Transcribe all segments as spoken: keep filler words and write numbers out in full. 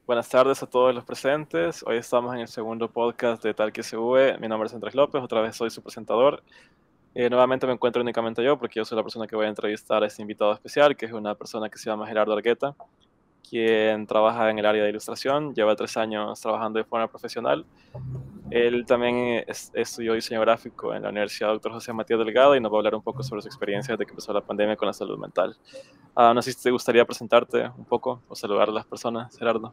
Buenas tardes a todos los presentes. Hoy estamos en el segundo podcast de Tal que se V. Mi nombre es Andrés López, otra vez soy su presentador. Eh, nuevamente me encuentro únicamente yo porque yo soy la persona que voy a entrevistar a este invitado especial, que es una persona que se llama Gerardo Argueta, quien trabaja en el área de ilustración, lleva tres años trabajando de forma profesional. Él también es- estudió diseño gráfico en la Universidad Doctor José Matías Delgado y nos va a hablar un poco sobre su experiencia desde que empezó la pandemia con la salud mental. Ah, no sé si te gustaría presentarte un poco o saludar a las personas, Gerardo.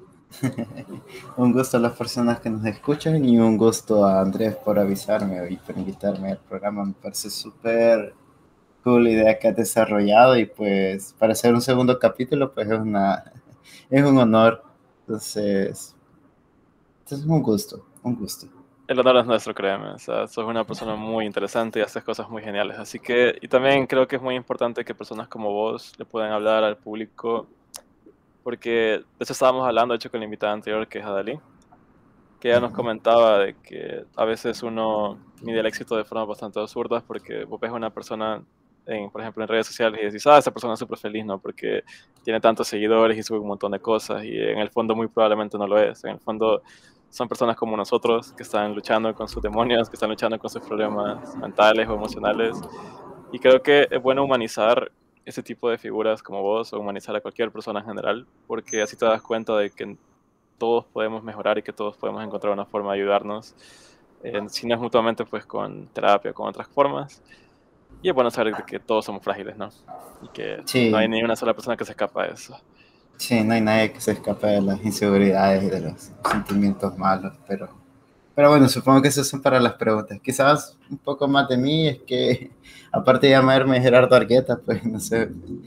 Un gusto a las personas que nos escuchan y un gusto a Andrés por avisarme y por invitarme al programa. Me parece súper cool la idea que has desarrollado y pues para hacer un segundo capítulo pues es una es un honor. Entonces, entonces es un gusto, un gusto. El honor es nuestro, créeme. O sea, sos una persona muy interesante y haces cosas muy geniales. Así que, y también creo que es muy importante que personas como vos le puedan hablar al público, porque de hecho estábamos hablando, de hecho, con la invitada anterior, que es Adalí, que ella nos comentaba de que a veces uno mide el éxito de formas bastante absurdas, porque vos ves a una persona, en, por ejemplo, en redes sociales y decís, ah, esa persona es súper feliz, ¿no? Porque tiene tantos seguidores y sube un montón de cosas, y en el fondo muy probablemente no lo es. En el fondo son personas como nosotros que están luchando con sus demonios, que están luchando con sus problemas mentales o emocionales. Y creo que es bueno humanizar ese tipo de figuras como vos, o humanizar a cualquier persona en general, porque así te das cuenta de que todos podemos mejorar y que todos podemos encontrar una forma de ayudarnos, eh, si no es mutuamente, pues con terapia, con otras formas. Y es bueno saber de que todos somos frágiles, ¿no? Y que no hay Sí, ni una sola persona que se escapa de eso. sí, no hay nadie que se escape de las inseguridades y de los sentimientos malos, pero Pero bueno, supongo que esas son para las preguntas. Quizás un poco más de mí es que, aparte de llamarme Gerardo Argueta, pues no sé,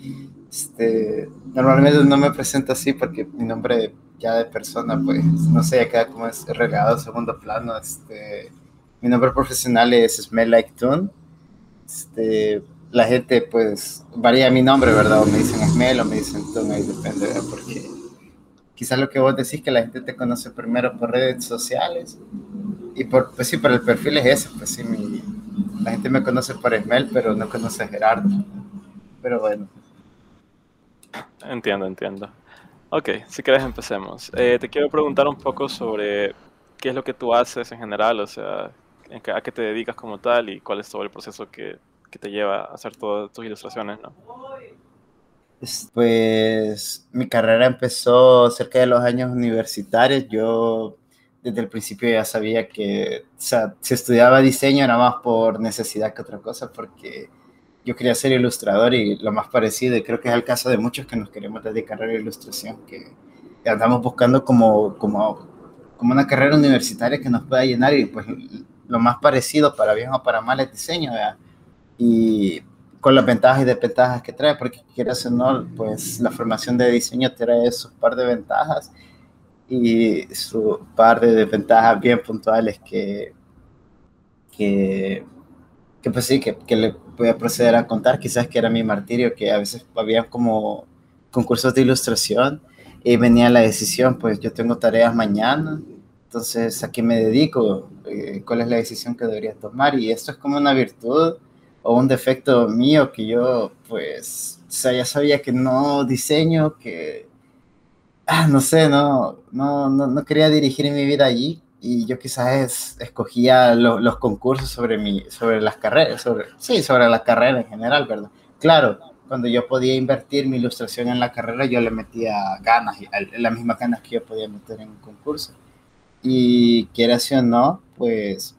este, normalmente no me presento así porque mi nombre ya de persona, pues no sé, ya queda como es relegado a segundo plano. Este, mi nombre profesional es Smell Like Toon. Este, la gente pues varía mi nombre, ¿verdad? O me dicen Smell o me dicen Toon, ahí depende, ¿verdad? Porque quizás lo que vos decís que la gente te conoce primero por redes sociales y por, pues sí, por el perfil es eso, pues sí, mi, la gente me conoce por Esmel, pero no conoce a Gerardo. Pero bueno, Entiendo, entiendo. Ok, si quieres empecemos. Eh, te quiero preguntar un poco sobre qué es lo que tú haces en general, o sea, en qué- a qué te dedicas como tal y cuál es todo el proceso que, que te lleva a hacer todas tus ilustraciones, ¿no? pues mi carrera empezó cerca de los años universitarios. Yo desde el principio ya sabía que, o sea, si estudiaba diseño era más por necesidad que otra cosa, porque yo quería ser ilustrador y lo más parecido, y creo que es el caso de muchos que nos queremos dedicar a la ilustración, que andamos buscando como, como, como una carrera universitaria que nos pueda llenar y pues lo más parecido, para bien o para mal, es diseño, ¿verdad? Y con las ventajas y desventajas que trae, porque quieras o no, pues la formación de diseño trae sus par de ventajas y su par de desventajas bien puntuales que, que que pues sí, que, que le voy a proceder a contar, quizás que era mi martirio, que a veces había como concursos de ilustración y venía la decisión, pues yo tengo tareas mañana, entonces a qué me dedico, eh, cuál es la decisión que debería tomar, y esto es como una virtud o un defecto mío que yo pues, o sea, ya sabía que no diseño, que ah, no sé, no, no, no, no quería dirigir mi vida allí y yo quizás es, escogía lo, los concursos sobre, mi, sobre las carreras, sobre, sí, sobre la carrera en general, ¿verdad? Claro, cuando yo podía invertir mi ilustración en la carrera, yo le metía ganas, las mismas ganas que yo podía meter en un concurso. Y quiera o no, pues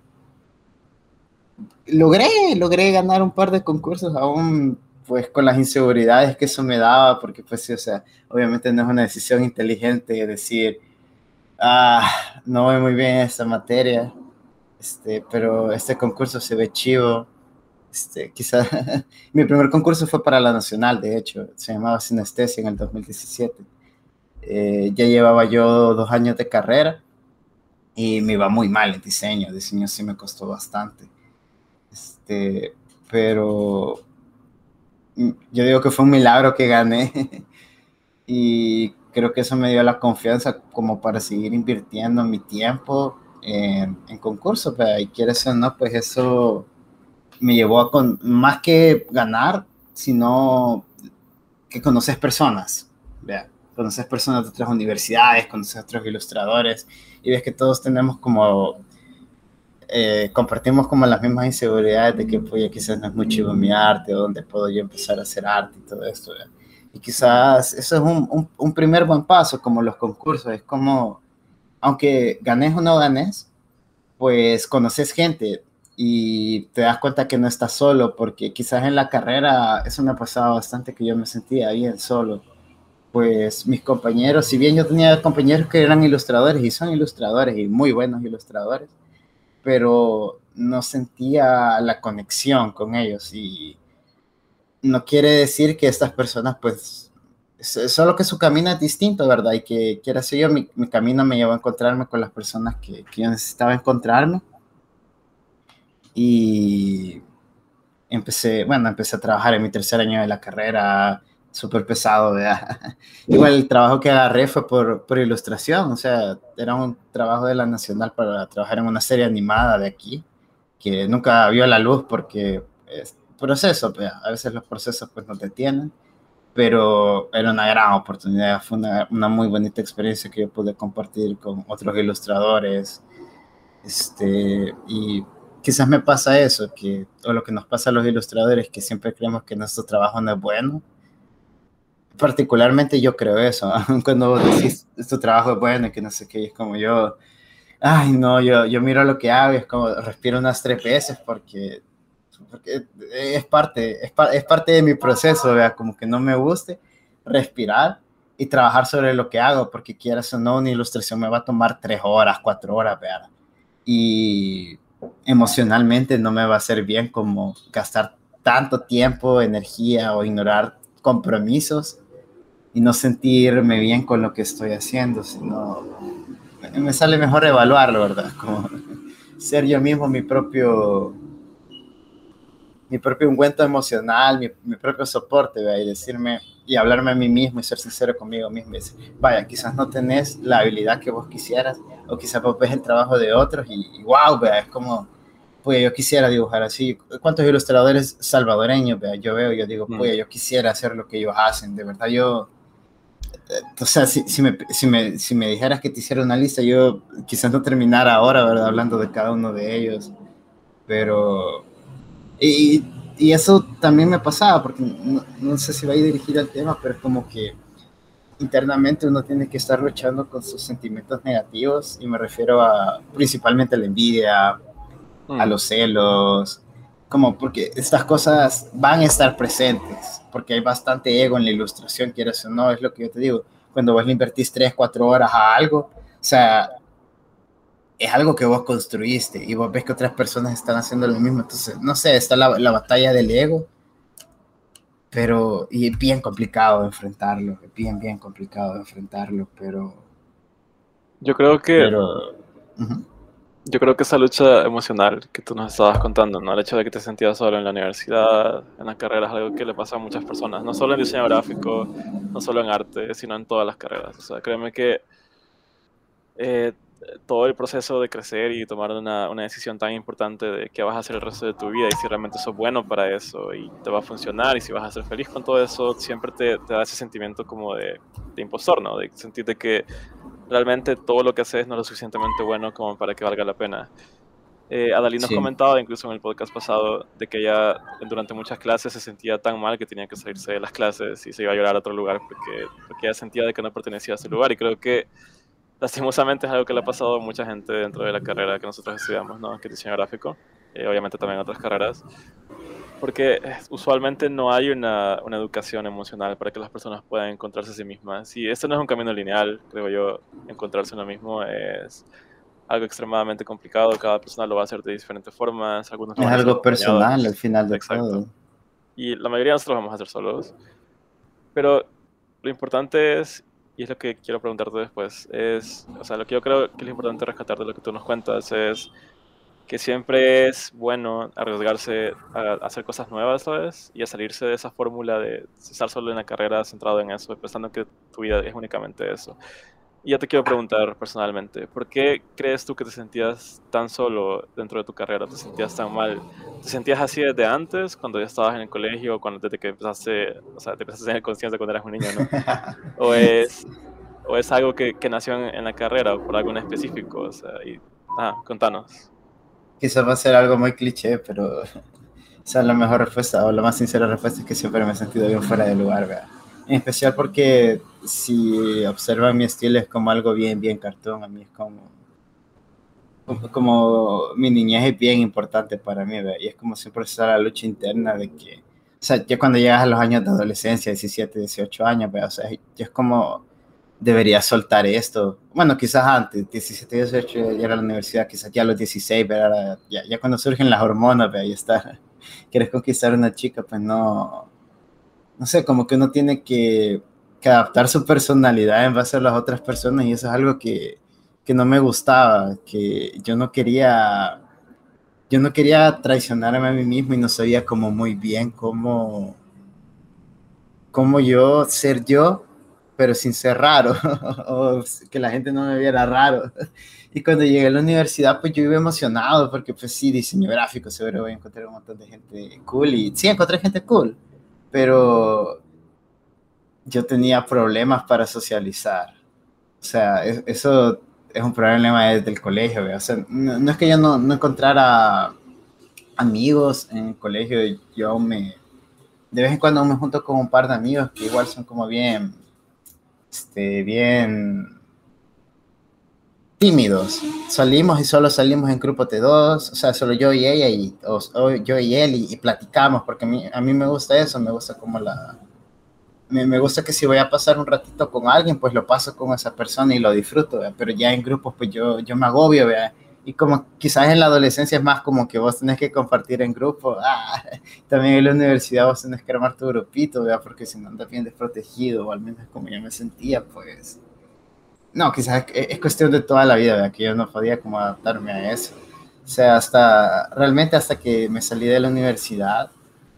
logré, logré ganar un par de concursos aún pues con las inseguridades que eso me daba, porque pues sí, o sea, obviamente no es una decisión inteligente decir, ah, no voy muy bien en esta materia, este, pero este concurso se ve chivo. Este, quizá mi primer concurso fue para la Nacional, de hecho, se llamaba Sinestesia en el dos mil diecisiete. Eh, ya llevaba yo dos años de carrera y me iba muy mal en diseño, diseño sí me costó bastante. Este, pero yo digo que fue un milagro que gané y creo que eso me dio la confianza como para seguir invirtiendo mi tiempo en, en concursos, ¿verdad? Y quieres o no, pues eso me llevó a, con, más que ganar, sino que conoces personas, ¿verdad? conoces personas de otras universidades, conoces otros ilustradores y ves que todos tenemos como, eh, compartimos como las mismas inseguridades de que pues quizás no es muy chivo mi arte o dónde puedo yo empezar a hacer arte y todo esto. ¿Verdad? Y quizás eso es un, un, un primer buen paso, como los concursos, es como, aunque ganes o no ganes, pues conoces gente y te das cuenta que no estás solo, porque quizás en la carrera eso me ha pasado bastante, que yo me sentía bien solo. Pues mis compañeros, si bien yo tenía compañeros que eran ilustradores y son ilustradores y muy buenos ilustradores, pero no sentía la conexión con ellos y no quiere decir que estas personas pues solo que su camino es distinto, ¿verdad? Y que quiera ser yo, mi, mi camino me llevó a encontrarme con las personas que, que yo necesitaba encontrarme y empecé, bueno, empecé a trabajar en mi tercer año de la carrera, súper pesado, ¿verdad? Igual el trabajo que agarré fue por, por ilustración, o sea, era un trabajo de la Nacional para trabajar en una serie animada de aquí, que nunca vio la luz porque es proceso, ¿verdad? A veces los procesos pues no te tienen, pero era una gran oportunidad, fue una, una muy bonita experiencia que yo pude compartir con otros ilustradores, este, y quizás me pasa eso, que, o lo que nos pasa a los ilustradores, que siempre creemos que nuestro trabajo no es bueno. Particularmente yo creo eso, cuando vos decís, tu trabajo es bueno y que no sé qué, es como yo, ay no, yo, yo miro lo que hago y es como respiro unas tres veces porque, porque es, parte, es, es parte de mi proceso, ¿verdad? Como que no me guste respirar y trabajar sobre lo que hago, porque quieras o no, una ilustración me va a tomar tres horas, cuatro horas, ¿verdad? Y emocionalmente no me va a hacer bien como gastar tanto tiempo, energía o ignorar compromisos y no sentirme bien con lo que estoy haciendo, sino me sale mejor evaluarlo, ¿verdad? Como ser yo mismo mi propio mi propio ungüento emocional, mi, mi propio soporte, ¿verdad? Y decirme, y hablarme a mí mismo y ser sincero conmigo mismo y decir, vaya, quizás no tenés la habilidad que vos quisieras, o quizás vos ves el trabajo de otros y, y wow, ¿verdad? Es como, pues yo quisiera dibujar así. ¿Cuántos ilustradores salvadoreños, ¿verdad? Yo veo, yo digo, pues yo quisiera hacer lo que ellos hacen, de verdad yo... O sea, si, si, me, si, me, si me dijeras que te hiciera una lista, yo quizás no terminara ahora, ¿verdad? Hablando de cada uno de ellos, pero... Y, y eso también me pasaba, porque no, no sé si va a ir dirigido al tema, pero es como que internamente uno tiene que estar luchando con sus sentimientos negativos, y me refiero a principalmente a la envidia, mm. a los celos, como porque estas cosas van a estar presentes, porque hay bastante ego en la ilustración, quieras o no, es lo que yo te digo, cuando vos le invertís tres, cuatro horas a algo, o sea, es algo que vos construiste y vos ves que otras personas están haciendo lo mismo, entonces, no sé, está la, la batalla del ego, pero, y es bien complicado de enfrentarlo, es bien, bien complicado de enfrentarlo, pero... Yo creo que... Pero, uh-huh. Yo creo que esa lucha emocional que tú nos estabas contando, ¿no? El hecho de que te sentías solo en la universidad, en la carrera, es algo que le pasa a muchas personas, no solo en diseño gráfico, no solo en arte, sino en todas las carreras. O sea, créeme que eh, todo el proceso de crecer y tomar una, una decisión tan importante de qué vas a hacer el resto de tu vida y si realmente sos bueno para eso y te va a funcionar y si vas a ser feliz con todo eso, siempre te, te da ese sentimiento como de, de impostor, ¿no? De sentirte que realmente todo lo que haces no es lo suficientemente bueno como para que valga la pena. Eh, Adalí nos sí. comentaba, incluso en el podcast pasado, de que ella durante muchas clases se sentía tan mal que tenía que salirse de las clases y se iba a llorar a otro lugar porque, porque ella sentía de que no pertenecía a ese lugar. Y creo que lastimosamente es algo que le ha pasado a mucha gente dentro de la carrera que nosotros estudiamos, ¿no? Que es diseño gráfico, eh, obviamente también en otras carreras. Porque usualmente no hay una, una educación emocional para que las personas puedan encontrarse a sí mismas. Y este no es un camino lineal, creo yo. Encontrarse uno mismo es algo extremadamente complicado. Cada persona lo va a hacer de diferentes formas. Algunos lo es van a algo personal al final de Exacto. todo. Y la mayoría de nosotros lo vamos a hacer solos. Pero lo importante es, y es lo que quiero preguntarte después, es, o sea, lo que yo creo que es importante rescatar de lo que tú nos cuentas es que siempre es bueno arriesgarse a hacer cosas nuevas, ¿sabes? Y a salirse de esa fórmula de estar solo en la carrera centrado en eso, pensando que tu vida es únicamente eso. Y ya te quiero preguntar personalmente, ¿por qué crees tú que te sentías tan solo dentro de tu carrera? ¿Te sentías tan mal? ¿Te sentías así desde antes, cuando ya estabas en el colegio, cuando desde que empezaste, o sea, te empezaste a tener conciencia cuando eras un niño, ¿no? ¿O es, o es algo que, que nació en, en la carrera, o por algo en específico? O sea, y, ah, contanos. Quizás va a ser algo muy cliché, pero esa es la mejor respuesta o la más sincera respuesta es que siempre me he sentido bien fuera de lugar, ¿verdad? En especial porque si observan mi estilo es como algo bien, bien cartón. A mí es como, como, como mi niñez es bien importante para mí, ¿verdad? Y es como siempre está la lucha interna de que, o sea, ya cuando llegas a los años de adolescencia, diecisiete, dieciocho años, ¿verdad? O sea, ya es como, debería soltar esto. Bueno, quizás antes, diecisiete, dieciocho, ya era la universidad, quizás ya a los dieciséis, ¿verdad? Ya, ya cuando surgen las hormonas, ¿verdad? Y está, quieres conquistar a una chica, pues no, no sé, como que uno tiene que, que adaptar su personalidad en base a las otras personas y eso es algo que, que no me gustaba, que yo no quería, yo no quería traicionarme a mí mismo y no sabía como muy bien cómo, cómo yo ser yo, pero sin ser raro, o que la gente no me viera raro. Y cuando llegué a la universidad, pues yo iba emocionado, porque pues sí, diseño gráfico, seguro voy a encontrar un montón de gente cool, y sí, encontré gente cool, pero yo tenía problemas para socializar. O sea, es, eso es un problema desde el colegio, ¿ve? O sea, no, no es que yo no, no encontrara amigos en el colegio, yo me, de vez en cuando me junto con un par de amigos que igual son como bien, este, bien tímidos. Salimos y solo salimos en grupos de dos, o sea, solo yo y ella, y, o, o yo y él, y, y platicamos, porque a mí, a mí me gusta eso, me gusta como la... Me, me gusta que si voy a pasar un ratito con alguien, pues lo paso con esa persona y lo disfruto, ¿verdad? Pero ya en grupos, pues yo, yo me agobio, ¿verdad? Y como quizás en la adolescencia es más como que vos tenés que compartir en grupo, ah, también en la universidad vos tenés que armar tu grupito, ¿verdad? Porque si no andas bien desprotegido, o al menos como yo me sentía, pues no, quizás es, es cuestión de toda la vida, ¿verdad? Que yo no podía como adaptarme a eso. O sea, hasta, realmente hasta que me salí de la universidad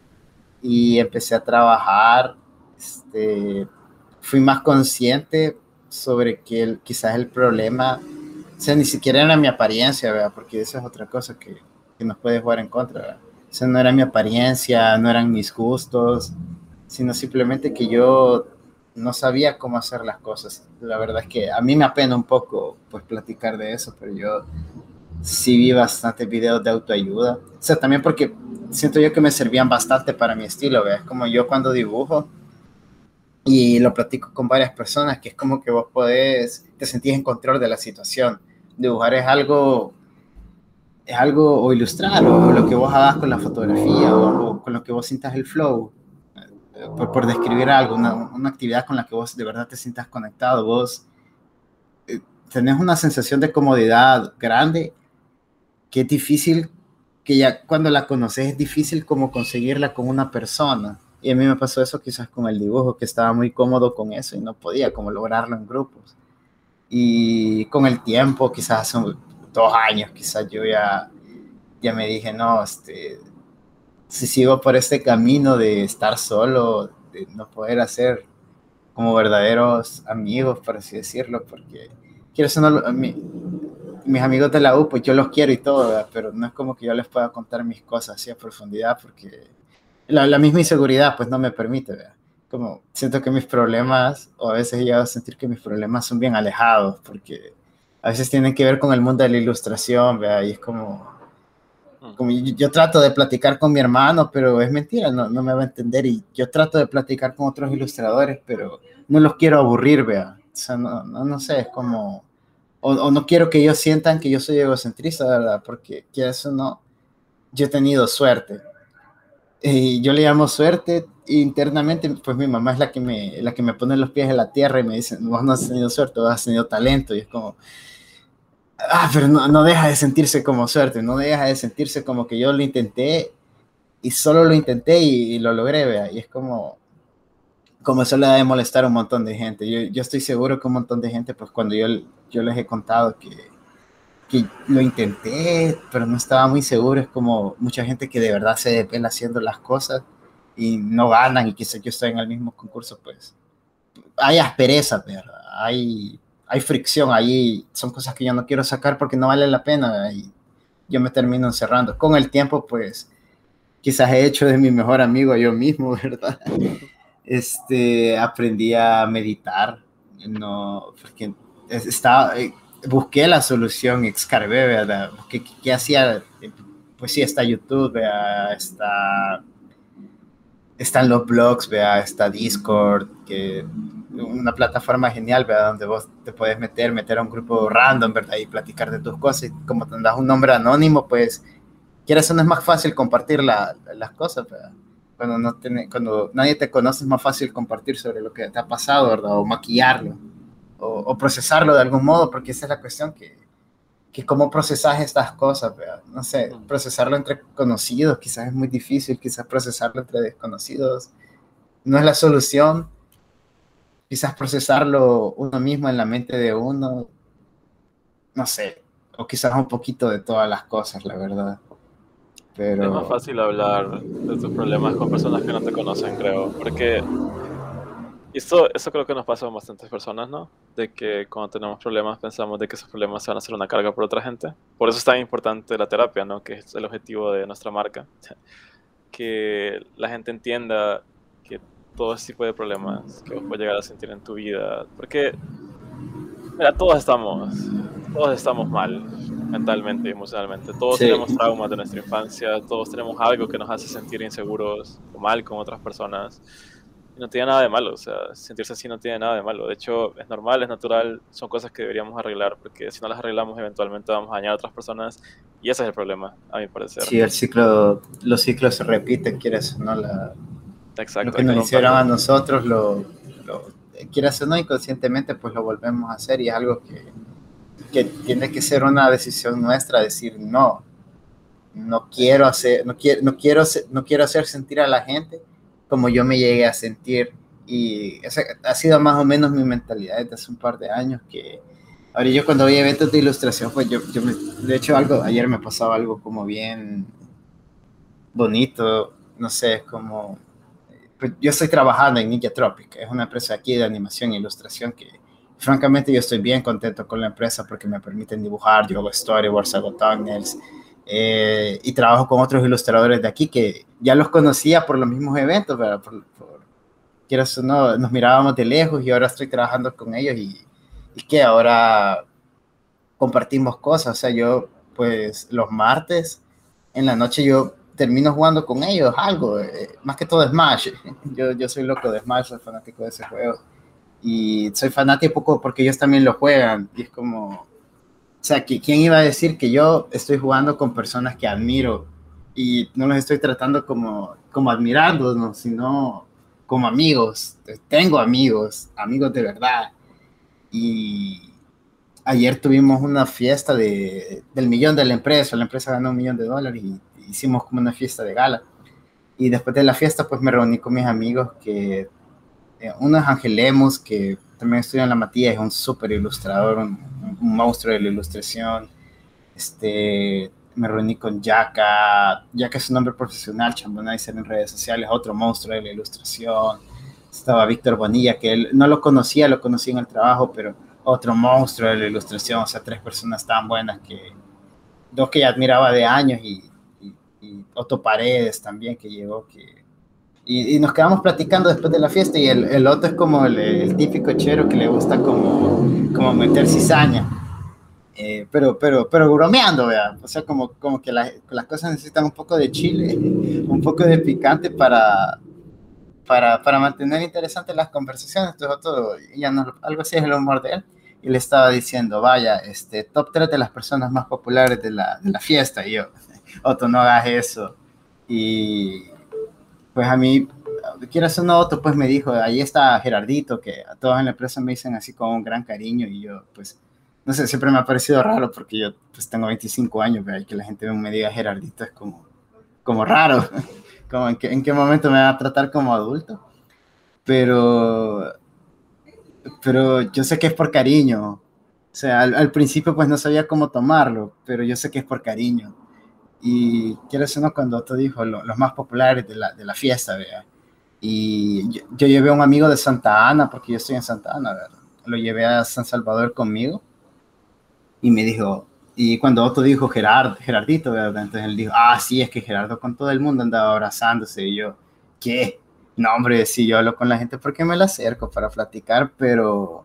y empecé a trabajar, este, fui más consciente sobre que el, quizás el problema, o sea, ni siquiera era mi apariencia, ¿verdad? Porque eso es otra cosa que, que nos puede jugar en contra, ¿verdad? O sea, no era mi apariencia, no eran mis gustos, sino simplemente que yo no sabía cómo hacer las cosas. La verdad es que a mí me apena un poco, pues, platicar de eso, pero yo sí vi bastantes videos de autoayuda. O sea, también porque siento yo que me servían bastante para mi estilo, ¿ves? Como yo cuando dibujo y lo platico con varias personas, que es como que vos podés, te sentís en control de la situación. Dibujar es algo, es algo, o ilustrar, o, o lo que vos hagas con la fotografía, o, o con lo que vos sientas el flow, eh, por, por describir algo, una, una actividad con la que vos de verdad te sientas conectado, vos eh, tenés una sensación de comodidad grande que es difícil, que ya cuando la conoces es difícil como conseguirla con una persona. Y a mí me pasó eso quizás con el dibujo, que estaba muy cómodo con eso y no podía como lograrlo en grupos. Y con el tiempo, quizás hace dos años, quizás yo ya, ya me dije, no, este, si sigo por este camino de estar solo, de no poder hacer como verdaderos amigos, por así decirlo, porque quiero ser no, mi, mis amigos de la U, pues yo los quiero y todo, ¿verdad? Pero no es como que yo les pueda contar mis cosas así a profundidad, porque la, la misma inseguridad pues no me permite, ¿verdad? Como siento que mis problemas, o a veces he llegado a sentir que mis problemas son bien alejados, porque a veces tienen que ver con el mundo de la ilustración, ¿verdad? Y es como, como yo, yo trato de platicar con mi hermano, pero es mentira, no, no me va a entender, y yo trato de platicar con otros ilustradores, pero no los quiero aburrir, ¿verdad? O sea, no, no, no sé, es como... O, o, no quiero que ellos sientan que yo soy egocentrista, ¿verdad? Porque que eso no, yo he tenido suerte. Y yo le llamo suerte internamente, pues mi mamá es la que me, la que me pone los pies en la tierra y me dice, vos no has tenido suerte, vos has tenido talento. Y es como, ah, pero no, no deja de sentirse como suerte, no deja de sentirse como que yo lo intenté y solo lo intenté y, y lo logré, ¿verdad? Y es como, como eso le da de molestar a un montón de gente. Yo, yo estoy seguro que un montón de gente, pues cuando yo, yo les he contado que que lo intenté, pero no estaba muy seguro. Es como mucha gente que de verdad se depela haciendo las cosas y no ganan, y quizás yo estoy en el mismo concurso, pues hay aspereza, ¿verdad? Hay, hay fricción ahí, son cosas que yo no quiero sacar porque no vale la pena y yo me termino encerrando. Con el tiempo, pues, quizás he hecho de mi mejor amigo yo mismo, ¿verdad? Este, aprendí a meditar, no, porque estaba, busqué la solución, escarbé, ¿verdad? ¿Qué, qué, qué hacía? Pues sí, está YouTube, ¿verdad? Está, están los blogs, ¿verdad? Está Discord, que una plataforma genial, ¿verdad? Donde vos te puedes meter, meter a un grupo random, ¿verdad? Y platicar de tus cosas. Y como te das un nombre anónimo, pues, quieras o no es más fácil compartir la, las cosas, ¿verdad? Cuando, no tiene, cuando nadie te conoce es más fácil compartir sobre lo que te ha pasado, ¿verdad? O maquillarlo, o, o procesarlo de algún modo, porque esa es la cuestión, que, que cómo procesas estas cosas, ¿verdad? No sé, procesarlo entre conocidos quizás es muy difícil, quizás procesarlo entre desconocidos no es la solución, quizás procesarlo uno mismo en la mente de uno, no sé, o quizás un poquito de todas las cosas, la verdad. Pero... es más fácil hablar de tus problemas con personas que no te conocen, creo, porque esto, eso creo que nos pasa a bastantes personas, ¿no? De que cuando tenemos problemas pensamos de que esos problemas se van a hacer una carga por otra gente. Por eso es tan importante la terapia, ¿no? Que es el objetivo de nuestra marca. Que la gente entienda que todo ese tipo de problemas que vos puedes llegar a sentir en tu vida, porque, mira, todos estamos, todos estamos mal mentalmente y emocionalmente. Todos sí. tenemos traumas de nuestra infancia, todos tenemos algo que nos hace sentir inseguros o mal con otras personas. Y no tiene nada de malo, o sea, sentirse así no tiene nada de malo. De hecho, es normal, es natural, son cosas que deberíamos arreglar, porque si no las arreglamos, eventualmente vamos a dañar a otras personas, y ese es el problema, a mi parecer. Sí, el ciclo, los ciclos se repiten, quieres o no, la, Exacto, lo que nos hicieron a nosotros, lo, lo quieras o no, inconscientemente, pues lo volvemos a hacer, y es algo que, que tiene que ser una decisión nuestra, decir no, no quiero hacer, no quiero, no quiero, no quiero hacer sentir a la gente como yo me llegué a sentir, y esa ha sido más o menos mi mentalidad desde hace un par de años, que ahora yo cuando voy a eventos de ilustración, pues yo, yo me, de hecho algo, ayer me pasaba algo como bien bonito, no sé, es como, pues yo estoy trabajando en Ninja Tropic, es una empresa aquí de animación e ilustración que francamente yo estoy bien contento con la empresa porque me permiten dibujar, yo hago storyboards, hago thumbnails, Eh, y trabajo con otros ilustradores de aquí que ya los conocía por los mismos eventos, ¿verdad? Por, por, quieras o no, nos mirábamos de lejos y ahora estoy trabajando con ellos y, y que ahora compartimos cosas. O sea, yo pues los martes en la noche yo termino jugando con ellos algo, eh, más que todo Smash. Yo, yo soy loco de Smash, soy fanático de ese juego y soy fanático porque ellos también lo juegan y es como... O sea, ¿quién iba a decir que yo estoy jugando con personas que admiro y no los estoy tratando como, como admirándonos, sino como amigos? Tengo amigos, amigos de verdad. Y ayer tuvimos una fiesta de, del millón de la empresa, la empresa ganó un millón de dólares y hicimos como una fiesta de gala. Y después de la fiesta, pues me reuní con mis amigos, que eh, uno es Ángel Lemus, que también estudia en la Matías, es un súper ilustrador, un, un monstruo de la ilustración. Este, me reuní con Yaka, Yaka es su nombre profesional, Chambonizer en redes sociales, otro monstruo de la ilustración. Estaba Víctor Bonilla, que él no lo conocía, lo conocí en el trabajo, pero otro monstruo de la ilustración, o sea, tres personas tan buenas, que dos que ya admiraba de años, y, y, y Otto Paredes también, que llegó, que Y, y nos quedamos platicando después de la fiesta, y el, el Otto es como el, el típico chero que le gusta como, como meter cizaña, eh, pero, pero, pero bromeando, ¿verdad? O sea, como, como que la, las cosas necesitan un poco de chile, un poco de picante para, para, para mantener interesantes las conversaciones. Entonces Otto, ya no, algo así es el humor de él, y le estaba diciendo, vaya, este, top tres de las personas más populares de la, de la fiesta, y yo, Otto, no hagas eso. Y pues a mí, quieras o no, Otto pues me dijo, ahí está Gerardito, que a todos en la empresa me dicen así con un gran cariño, y yo pues, no sé, siempre me ha parecido raro porque yo pues tengo veinticinco años, ¿verdad? Y que la gente me diga Gerardito es como, como raro, como en qué, en qué momento me va a tratar como adulto, pero, pero yo sé que es por cariño, o sea, al, al principio pues no sabía cómo tomarlo, pero yo sé que es por cariño. Y quiero decir, ¿no? Cuando te dijo lo, los más populares de la, de la fiesta, ¿verdad? Y yo, yo llevé a un amigo de Santa Ana, porque yo estoy en Santa Ana, ¿verdad? lo llevé a San Salvador conmigo y me dijo, y cuando Otto dijo Gerard, Gerardito, ¿verdad? Entonces él dijo, ah, sí, es que Gerardo con todo el mundo andaba abrazándose. Y yo, ¿qué? No, hombre, si yo hablo con la gente porque me la acerco para platicar, pero,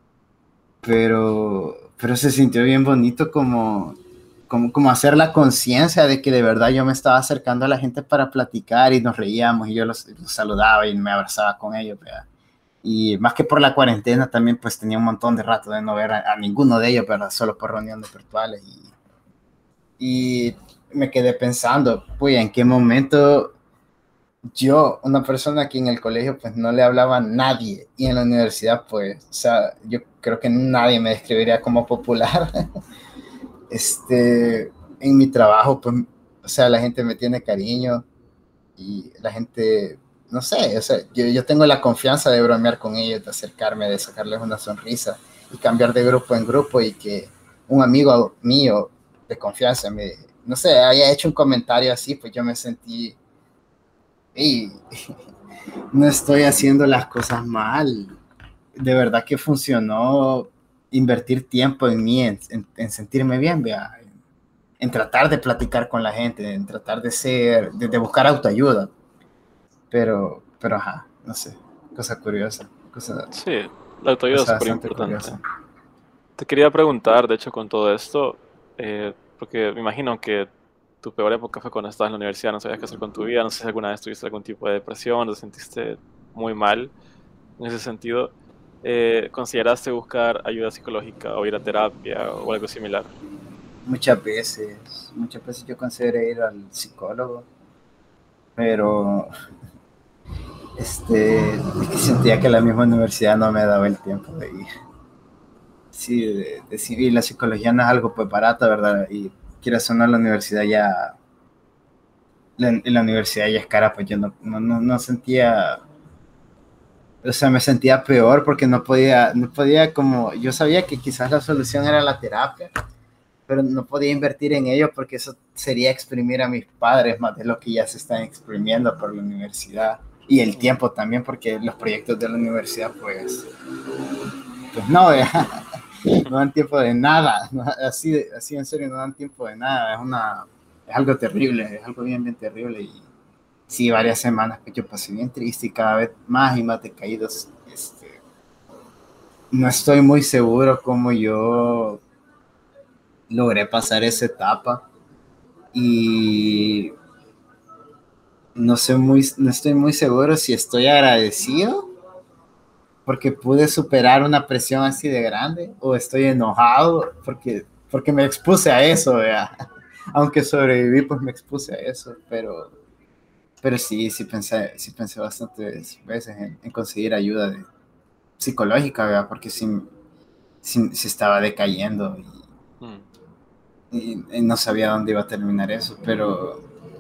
pero, pero se sintió bien bonito como, como, como hacer la conciencia de que de verdad yo me estaba acercando a la gente para platicar y nos reíamos y yo los, los saludaba y me abrazaba con ellos, ¿verdad? Y más que por la cuarentena también pues tenía un montón de rato de no ver a, a ninguno de ellos, ¿verdad? Solo por reuniones virtuales y, y me quedé pensando, pues, ¿en qué momento yo, una persona que en el colegio pues no le hablaba a nadie y en la universidad pues, o sea, yo creo que nadie me describiría como popular? este, en mi trabajo pues, o sea, la gente me tiene cariño y la gente, no sé, o sea, yo, yo tengo la confianza de bromear con ellos, de acercarme, de sacarles una sonrisa y cambiar de grupo en grupo y que un amigo mío de confianza me, no sé, haya hecho un comentario así, pues yo me sentí, y no estoy haciendo las cosas mal. De verdad que funcionó invertir tiempo en mí, en, en, en sentirme bien, vea, en, en tratar de platicar con la gente, en tratar de ser, de, de buscar autoayuda. Pero, pero ajá, no sé, cosa curiosa, cosa, Sí, la autoayuda es cosa súper bastante importante. curiosa. Te quería preguntar, de hecho, con todo esto, eh, porque me imagino que tu peor época fue cuando estabas en la universidad, no sabías qué hacer con tu vida, no sé si alguna vez tuviste algún tipo de depresión, te sentiste muy mal en ese sentido. Eh, ¿consideraste buscar ayuda psicológica o ir a terapia o algo similar? Muchas veces, muchas veces yo consideré ir al psicólogo, pero este, es que sentía que la misma universidad no me daba el tiempo de ir. Sí, de, de, y la psicología no es algo pues barato, ¿verdad? Y quiero sonar la universidad ya, la, la universidad ya es cara, pues yo no, no, no, no sentía, o sea, me sentía peor porque no podía, no podía como, yo sabía que quizás la solución era la terapia, pero no podía invertir en ello porque eso sería exprimir a mis padres más de lo que ya se están exprimiendo por la universidad y el Mm. tiempo también porque los proyectos de la universidad pues, pues no, no dan tiempo de nada, no, así, así en serio no dan tiempo de nada, es una, es algo terrible, es algo bien, bien terrible y sí, varias semanas que yo pasé bien triste y cada vez más y más decaídos, este, no estoy muy seguro cómo yo logré pasar esa etapa y no, sé muy, no estoy muy seguro si estoy agradecido porque pude superar una presión así de grande o estoy enojado porque, porque me expuse a eso, ¿verdad? Aunque sobreviví, pues me expuse a eso, pero, pero sí, sí pensé, sí pensé bastantes veces en, en conseguir ayuda de, psicológica, ¿verdad? Porque sí, sí, sí estaba decayendo Mm. y, y, y no sabía dónde iba a terminar eso, pero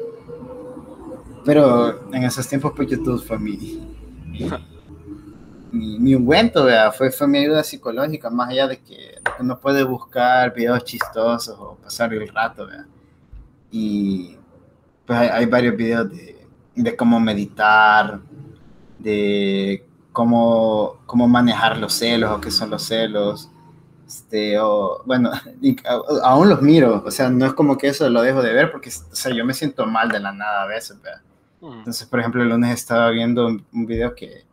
Pero en esos tiempos, pues YouTube fue mi, mi, mi, mi ungüento, ¿verdad? Fue, fue mi ayuda psicológica, más allá de que uno puede buscar videos chistosos o pasar el rato, ¿verdad? Y pues hay, hay varios videos de, de cómo meditar, de cómo, cómo manejar los celos o qué son los celos. Este, o, bueno, y, a, aún los miro, o sea, no es como que eso lo dejo de ver porque, o sea, yo me siento mal de la nada a veces, ¿verdad? Mm. Entonces, por ejemplo, el lunes estaba viendo un, un video que,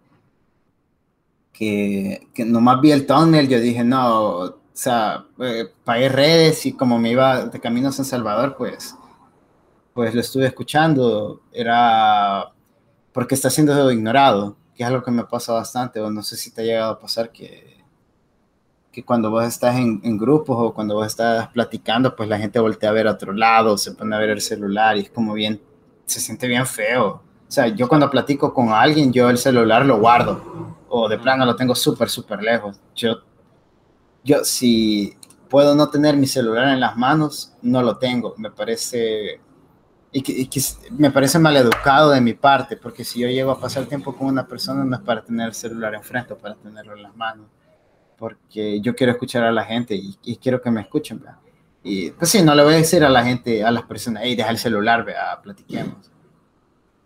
que, que nomás vi el thumbnail, yo dije, no, o sea, eh, pagué redes y como me iba de camino a San Salvador, pues, pues lo estuve escuchando, era porque está siendo ignorado, que es algo que me pasa bastante, o no sé si te ha llegado a pasar que, que cuando vos estás en, en grupos o cuando vos estás platicando, pues la gente voltea a ver a otro lado, se pone a ver el celular y es como bien, se siente bien feo. O sea, yo Sí. cuando platico con alguien, yo el celular lo guardo o de Mm. plano lo tengo súper, súper lejos. Yo, yo si puedo no tener mi celular en las manos, no lo tengo. Me parece, y que, y que me parece maleducado de mi parte, porque si yo llego a pasar tiempo con una persona, no es para tener el celular enfrente, para tenerlo en las manos porque yo quiero escuchar a la gente y, y quiero que me escuchen, ¿verdad? Y pues sí, no le voy a decir a la gente, a las personas, hey, deja el celular, vea, platiquemos.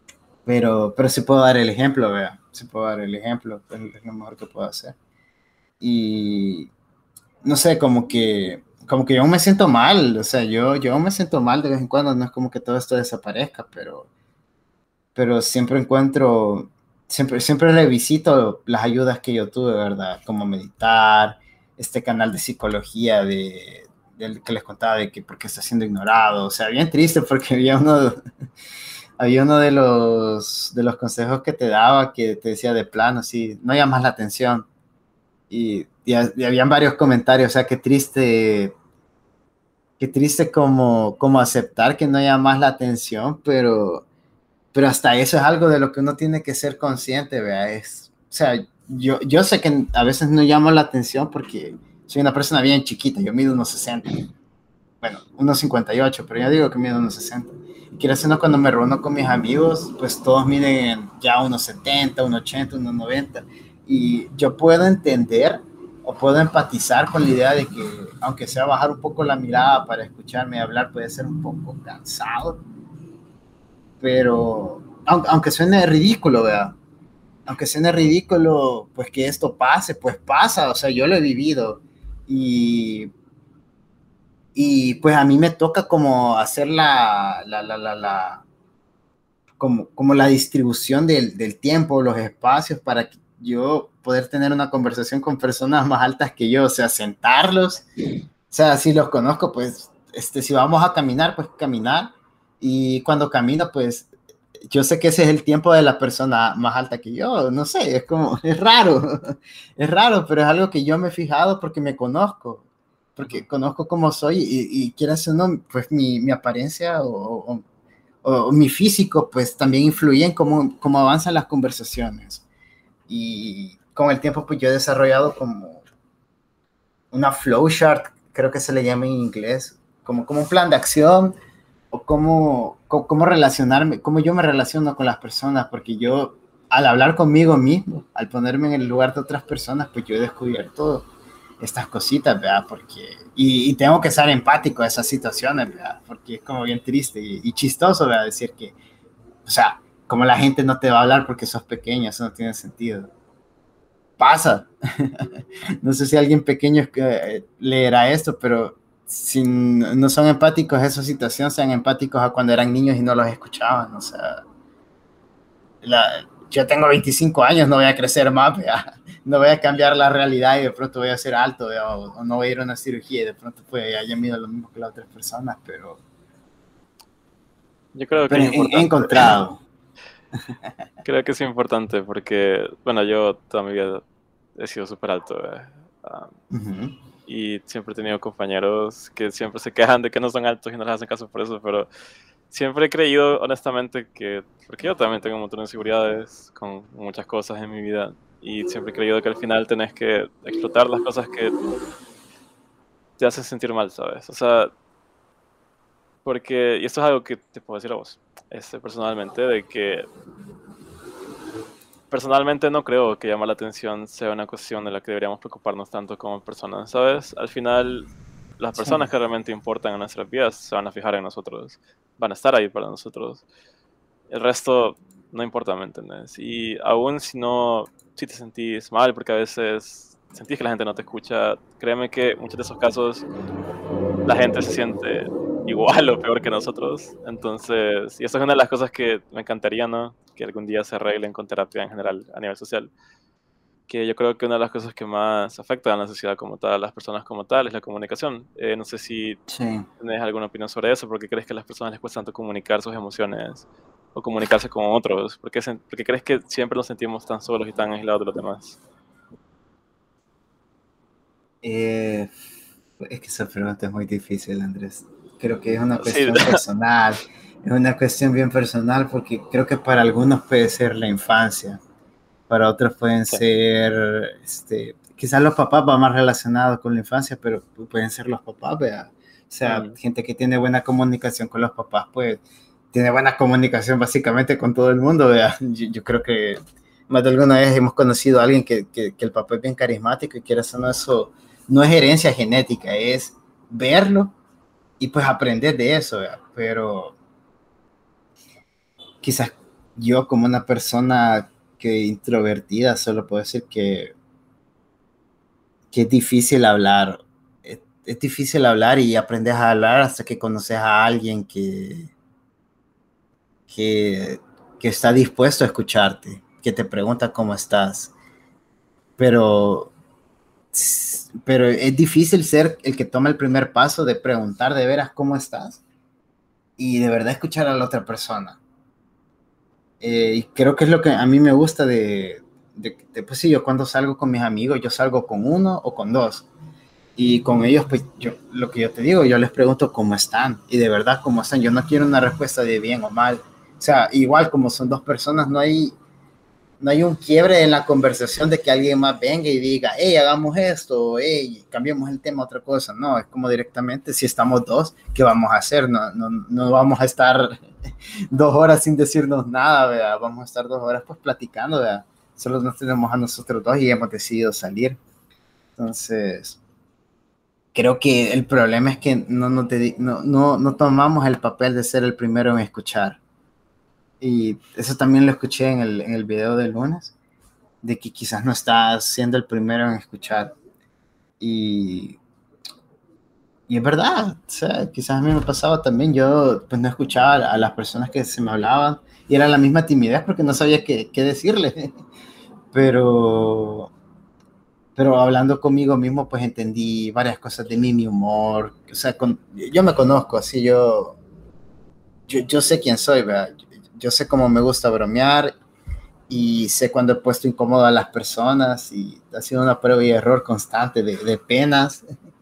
Pero, pero sí puedo dar el ejemplo, vea, sí puedo dar el ejemplo, es, es lo mejor que puedo hacer. y no sé, como que, como que yo me siento mal, o sea, yo, yo me siento mal de vez en cuando, no es como que todo esto desaparezca, pero, pero siempre encuentro, siempre, siempre revisito las ayudas que yo tuve, ¿verdad? Como meditar, este canal de psicología de, del que les contaba de que porque está siendo ignorado, o sea, bien triste porque había uno, había uno de los, de los consejos que te daba que te decía de plano, sí, no llamas la atención. Y, y, y habían varios comentarios, o sea, qué triste, qué triste como, como aceptar que no llamas la atención, pero, pero hasta eso es algo de lo que uno tiene que ser consciente, ¿vea? Es, o sea, yo, yo sé que a veces no llamo la atención porque soy una persona bien chiquita, yo mido unos sesenta, bueno, unos cincuenta y ocho, pero ya digo que mido unos sesenta. Quiero decir, no, cuando me reúno con mis amigos, pues todos miden ya unos setenta, unos ochenta, unos noventa. Y yo puedo entender o puedo empatizar con la idea de que, aunque sea bajar un poco la mirada para escucharme hablar, puede ser un poco cansado, pero aunque, aunque suene ridículo, ¿verdad? Aunque suene ridículo, pues que esto pase, pues pasa, o sea, yo lo he vivido. Y y pues a mí me toca como hacer la, la, la, la, la como, como la distribución del, del tiempo, los espacios para que yo poder tener una conversación con personas más altas que yo, o sea, sentarlos, o sea, si los conozco, pues, este, si vamos a caminar, pues caminar, y cuando camino, pues, yo sé que ese es el tiempo de la persona más alta que yo, no sé, es como, es raro, es raro, pero es algo que yo me he fijado porque me conozco, porque conozco cómo soy y, y quieras o no, pues mi, mi apariencia o, o, o, mi físico, pues también influye en cómo, cómo avanzan las conversaciones. Y con el tiempo, pues yo he desarrollado como una flowchart, creo que se le llama en inglés, como, como un plan de acción o cómo, cómo, cómo relacionarme, cómo yo me relaciono con las personas, porque yo al hablar conmigo mismo, al ponerme en el lugar de otras personas, pues yo he descubierto estas cositas, ¿verdad? Porque, y, y tengo que ser empático a esas situaciones, ¿verdad? Porque es como bien triste y, y chistoso, ¿verdad? Decir que, o sea, como la gente no te va a hablar porque sos pequeño, eso no tiene sentido. Pasa. No sé si alguien pequeño eh, leerá esto, pero si no son empáticos a esa situación, sean empáticos a cuando eran niños y no los escuchaban. O sea, la, yo tengo veinticinco años, no voy a crecer más, ¿vea? No voy a cambiar la realidad y de pronto voy a ser alto, o, o no voy a ir a una cirugía y de pronto pues haya mido lo mismo que las otras personas, pero, Yo creo que pero es he, he importante. encontrado. Creo que es importante porque, bueno, yo toda mi vida he sido súper alto, eh, um, Uh-huh. y siempre he tenido compañeros que siempre se quejan de que no son altos y no les hacen caso por eso, pero siempre he creído honestamente que, porque yo también tengo un montón de inseguridades con muchas cosas en mi vida, y siempre he creído que al final tenés que explotar las cosas que te hacen sentir mal, ¿sabes? O sea, porque, y esto es algo que te puedo decir a vos, este, personalmente, de que personalmente no creo que llamar la atención sea una cuestión de la que deberíamos preocuparnos tanto como personas, ¿sabes? Al final, las Sí, personas que realmente importan en nuestras vidas se van a fijar en nosotros, van a estar ahí para nosotros. El resto no importa, ¿me entiendes? Y aún si no, si te sentís mal, porque a veces sentís que la gente no te escucha, créeme que en muchos de esos casos la gente se siente igual o peor que nosotros. Entonces, y eso es una de las cosas que me encantaría, ¿no? Que algún día se arreglen con terapia en general a nivel social. Que yo creo que una de las cosas que más afecta a la sociedad como tal, a las personas como tal, es la comunicación. Eh, no sé si sí. tienes alguna opinión sobre eso, porque crees que a las personas les cuesta tanto comunicar sus emociones o comunicarse con otros, porque, porque crees que siempre nos sentimos tan solos y tan aislados de los demás. Eh, es que esa pregunta es muy difícil, Andrés. Creo que es una Sí, cuestión personal, es una cuestión bien personal porque creo que para algunos puede ser la infancia, para otros pueden sí. ser, este, quizás los papás van más relacionados con la infancia, pero pueden ser los papás, ¿vea? O sea, Mm. gente que tiene buena comunicación con los papás, pues tiene buena comunicación básicamente con todo el mundo, ¿vea? Yo, yo creo que más de alguna vez hemos conocido a alguien que, que, que el papá es bien carismático y quiere hacer eso, no es herencia genética, es verlo y pues aprender de eso, ¿vea? Pero quizás yo como una persona que introvertida solo puedo decir que que es difícil hablar. Es, es difícil hablar y aprendes a hablar hasta que conoces a alguien que, que, que está dispuesto a escucharte, que te pregunta cómo estás. Pero, pero es difícil ser el que toma el primer paso de preguntar de veras cómo estás y de verdad escuchar a la otra persona. Eh, y creo que es lo que a mí me gusta de, de, de, pues sí, yo cuando salgo con mis amigos, yo salgo con uno o con dos. Y con ellos, pues yo, lo que yo te digo, yo les pregunto cómo están. Y de verdad, cómo están. Yo no quiero una respuesta de bien o mal. O sea, igual como son dos personas, no hay, no hay un quiebre en la conversación de que alguien más venga y diga, hey, hagamos esto, hey, cambiemos el tema a otra cosa. No, es como directamente, si estamos dos, ¿qué vamos a hacer? No, no, no vamos a estar dos horas sin decirnos nada, ¿verdad? Vamos a estar dos horas pues platicando, ¿verdad? Solo nos tenemos a nosotros dos y hemos decidido salir. Entonces, creo que el problema es que no, no, te, no, no, no tomamos el papel de ser el primero en escuchar. Y eso también lo escuché en el, en el video del lunes, de que quizás no estás siendo el primero en escuchar. Y, y es verdad, o sea, quizás a mí me pasaba también, yo pues no escuchaba a las personas que se me hablaban y era la misma timidez porque no sabía qué, qué decirle. Pero, pero hablando conmigo mismo pues entendí varias cosas de mí, mi humor, o sea, con, yo me conozco, así yo, yo, yo sé quién soy, ¿verdad? Yo, yo sé cómo me gusta bromear y sé cuando he puesto incómodo a las personas y ha sido una prueba y error constante de, de penas,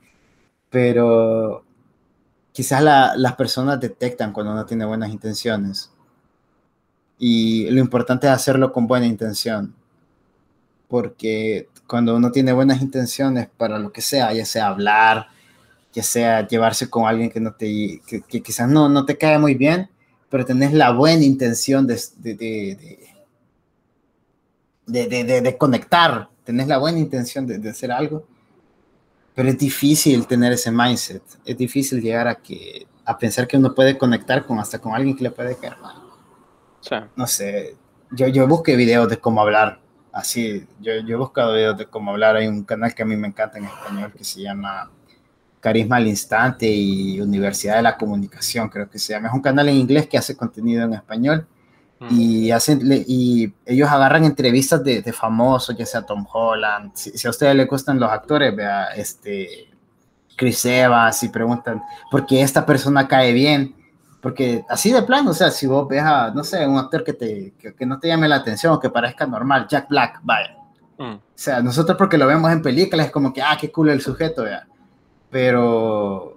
pero quizás la, las personas detectan cuando uno tiene buenas intenciones y lo importante es hacerlo con buena intención, porque cuando uno tiene buenas intenciones para lo que sea, ya sea hablar, ya sea llevarse con alguien que, no te, que, que quizás no, no te cae muy bien, pero tenés la buena intención de, de, de, de, de, de, de conectar, tenés la buena intención de, de hacer algo, pero es difícil tener ese mindset, es difícil llegar a, que, a pensar que uno puede conectar con hasta con alguien que le puede caer mal. Sí. No sé, yo, yo busqué videos de cómo hablar, así, yo, yo he buscado videos de cómo hablar, hay un canal que a mí me encanta en español que se llama Carisma al Instante y Universidad de la Comunicación, creo que se llama. Es un canal en inglés que hace contenido en español mm. y, hacen, y ellos agarran entrevistas de, de famosos, ya sea Tom Holland. Si, si a ustedes les gustan los actores, vea, este, Chris Evans, y preguntan, ¿por qué esta persona cae bien? Porque así de plano, o sea, si vos ves a, no sé, un actor que, te, que, que no te llame la atención o que parezca normal, Jack Black, vaya. Mm. O sea, nosotros porque lo vemos en películas es como que, ah, qué cool el sujeto, vea. Pero,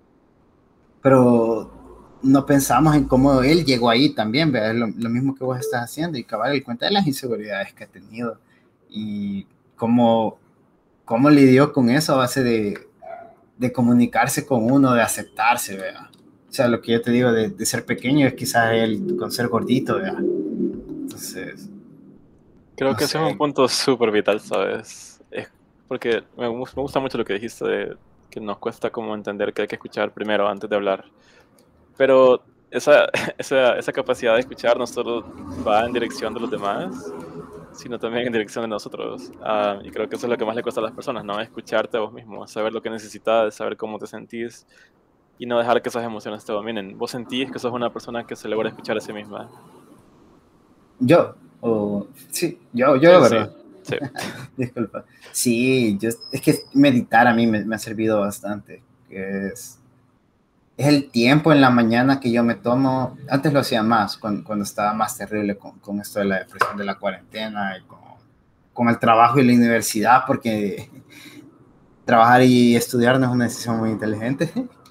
pero no pensamos en cómo él llegó ahí también, ¿verdad? Lo, lo mismo que vos estás haciendo y cabal el cuenta de las inseguridades que ha tenido y cómo, cómo lidió con eso a base de, de comunicarse con uno, de aceptarse, ¿verdad? O sea, lo que yo te digo de, de ser pequeño es quizás él con ser gordito, ¿verdad? Entonces... Creo no que sé. Ese es un punto súper vital, ¿sabes? Es porque me, me gusta mucho lo que dijiste de que nos cuesta como entender que hay que escuchar primero antes de hablar. Pero esa, esa, esa capacidad de escuchar no solo va en dirección de los demás, sino también en dirección de nosotros. Uh, y creo que eso es lo que más le cuesta a las personas, ¿no? Escucharte a vos mismo, saber lo que necesitas, saber cómo te sentís y no dejar que esas emociones te dominen. ¿Vos sentís que sos una persona que se logra escuchar a sí misma? Yo, o sí, yo, yo, sí, ¿verdad? Sí. sí. Disculpa. Sí, yo, es que meditar a mí me, me ha servido bastante. Que es, es el tiempo en la mañana que yo me tomo. Antes lo hacía más, cuando, cuando estaba más terrible con, con esto de la depresión de la cuarentena y con, con el trabajo y la universidad, porque trabajar y estudiar no es una decisión muy inteligente.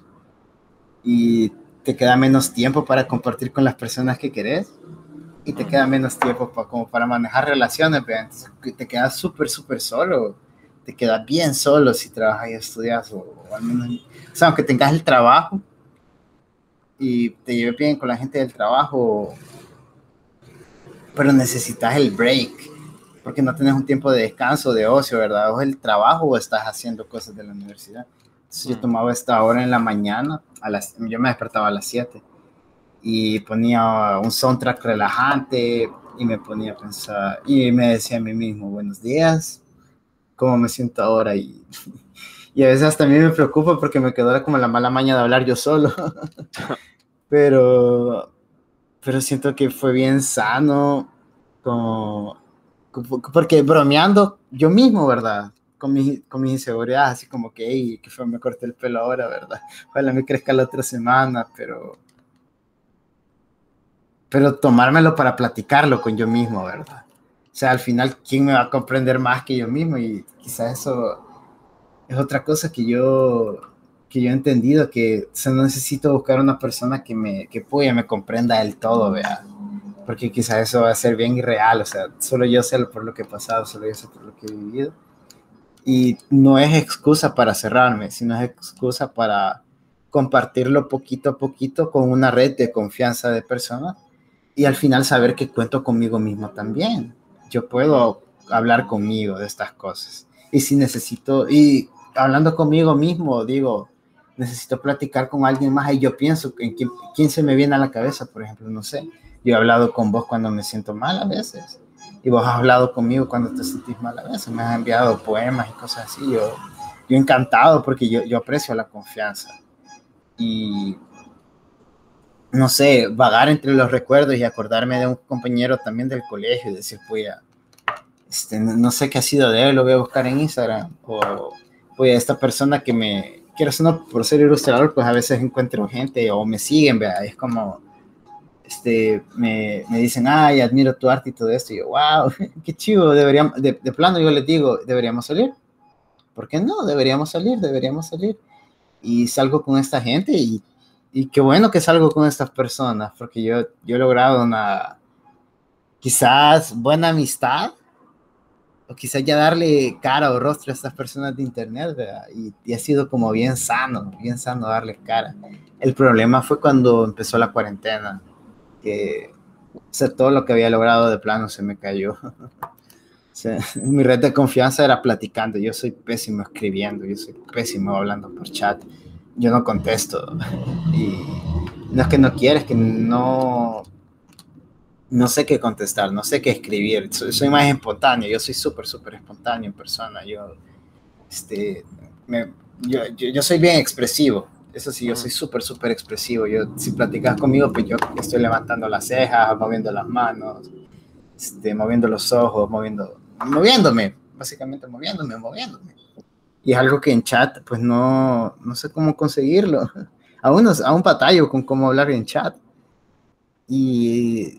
Y te queda menos tiempo para compartir con las personas que querés. Y te queda menos tiempo para, como para manejar relaciones, pero entonces te quedas súper, súper solo, te quedas bien solo si trabajas y estudias, o, o al menos, o sea, aunque tengas el trabajo y te lleves bien con la gente del trabajo, pero necesitas el break, porque no tienes un tiempo de descanso, de ocio, ¿verdad? O el trabajo o estás haciendo cosas de la universidad. Entonces yo tomaba esta hora en la mañana, a las, yo me despertaba a las siete, y ponía un soundtrack relajante y me ponía a pensar y me decía a mí mismo, buenos días, cómo me siento ahora y, y a veces hasta a mí me preocupa porque me quedó como la mala maña de hablar yo solo, pero, pero siento que fue bien sano, como, porque bromeando yo mismo, ¿verdad? Con, mi, con mis inseguridades, así como que, hey, que fue, me corté el pelo ahora, ¿verdad? Ojalá me crezca la otra semana, pero, pero tomármelo para platicarlo con yo mismo, ¿verdad? O sea, al final, ¿quién me va a comprender más que yo mismo? Y quizás eso es otra cosa que yo, que yo he entendido, que o sea, no necesito buscar una persona que me, que puya, me comprenda del todo, ¿verdad? Porque quizás eso va a ser bien irreal, o sea, solo yo sé por lo que he pasado, solo yo sé por lo que he vivido. Y no es excusa para cerrarme, sino es excusa para compartirlo poquito a poquito con una red de confianza de personas y al final saber que cuento conmigo mismo también. Yo puedo hablar conmigo de estas cosas. Y si necesito, y hablando conmigo mismo, digo, necesito platicar con alguien más y yo pienso en quién, quién se me viene a la cabeza, por ejemplo, no sé. Yo he hablado con vos cuando me siento mal a veces. Y vos has hablado conmigo cuando te sentís mal a veces. Me has enviado poemas y cosas así. Yo, yo encantado porque yo, yo aprecio la confianza. Y no sé, vagar entre los recuerdos y acordarme de un compañero también del colegio y decir, pues, este, no, no sé qué ha sido de él, lo voy a buscar en Instagram. O, pues, esta persona que me, quiero ser, por ser ilustrador, pues a veces encuentro gente o me siguen, ¿verdad? Es como, este, me, me dicen, ay, admiro tu arte y todo esto. Y yo, wow, qué chido, deberíamos, de, de plano yo les digo, ¿deberíamos salir? ¿Por qué no? Deberíamos salir, deberíamos salir. Y salgo con esta gente y, y qué bueno que salgo con estas personas, porque yo, yo he logrado una, quizás, buena amistad, o quizás ya darle cara o rostro a estas personas de internet, ¿verdad? Y, y ha sido como bien sano, bien sano darle cara. El problema fue cuando empezó la cuarentena, que o sea, todo lo que había logrado de plano se me cayó. O sea, mi red de confianza era platicando. Yo soy pésimo escribiendo, yo soy pésimo hablando por chat. Yo no contesto. Y no es que no quiera, es que no, no sé qué contestar, no sé qué escribir. Soy, soy más espontáneo, yo soy súper, súper espontáneo en persona. Yo, este, me, yo, yo, yo soy bien expresivo. Eso sí, yo soy súper, súper expresivo. Yo, si platicas conmigo, pues yo estoy levantando las cejas, moviendo las manos, este, moviendo los ojos, moviendo, moviéndome, básicamente moviéndome, moviéndome. Y es algo que en chat, pues no, no sé cómo conseguirlo. Aún, aún batallo con cómo hablar en chat. Y,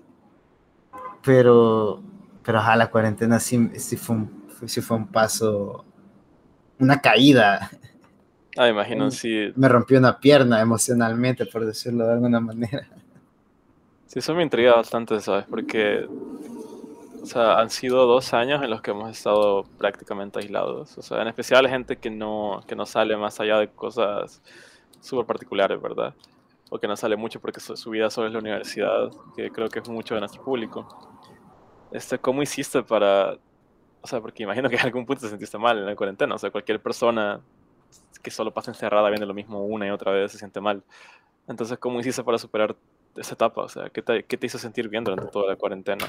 pero, pero ajá, la cuarentena sí, sí, fue un, sí fue un paso, una caída. Ah, imagino, sí. Me rompió una pierna emocionalmente, por decirlo de alguna manera. Sí, eso me intriga bastante, ¿sabes? Porque, o sea, han sido dos años en los que hemos estado prácticamente aislados. O sea, en especial gente que no, que no sale más allá de cosas súper particulares, ¿verdad? O que no sale mucho porque su, su vida solo es la universidad, que creo que es mucho de nuestro público. Este, ¿cómo hiciste para, o sea, porque imagino que en algún punto te sentiste mal en la cuarentena, o sea, cualquier persona que solo pasa encerrada viendo lo mismo una y otra vez se siente mal. Entonces, ¿cómo hiciste para superar esa etapa? O sea, ¿qué te, qué te hizo sentir bien durante toda la cuarentena?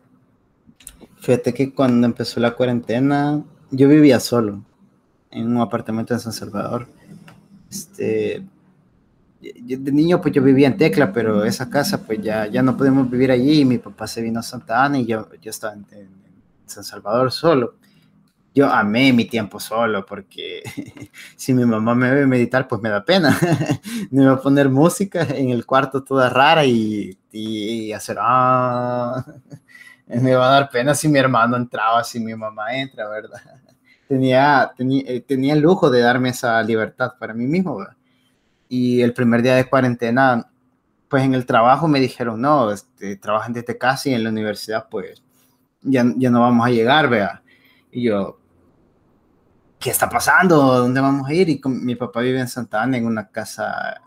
Fíjate que cuando empezó la cuarentena, yo vivía solo en un apartamento en San Salvador. Este, yo, de niño pues yo vivía en Tecla, pero esa casa pues ya, ya no podemos vivir allí. Mi papá se vino a Santa Ana y yo, yo estaba en, en San Salvador solo. Yo amé mi tiempo solo porque si mi mamá me ve meditar, pues me da pena. Me va a poner música en el cuarto toda rara y, y, y hacer... Ah, me va a dar pena si mi hermano entraba, si mi mamá entra, ¿verdad? Tenía, tenía, tenía el lujo de darme esa libertad para mí mismo, ¿verdad? Y el primer día de cuarentena, pues en el trabajo me dijeron, no, este, trabajan desde casa y en la universidad, pues ya, ya no vamos a llegar, ¿verdad? Y yo, ¿qué está pasando? ¿Dónde vamos a ir? Y con, mi papá vive en Santa Ana, en una casa.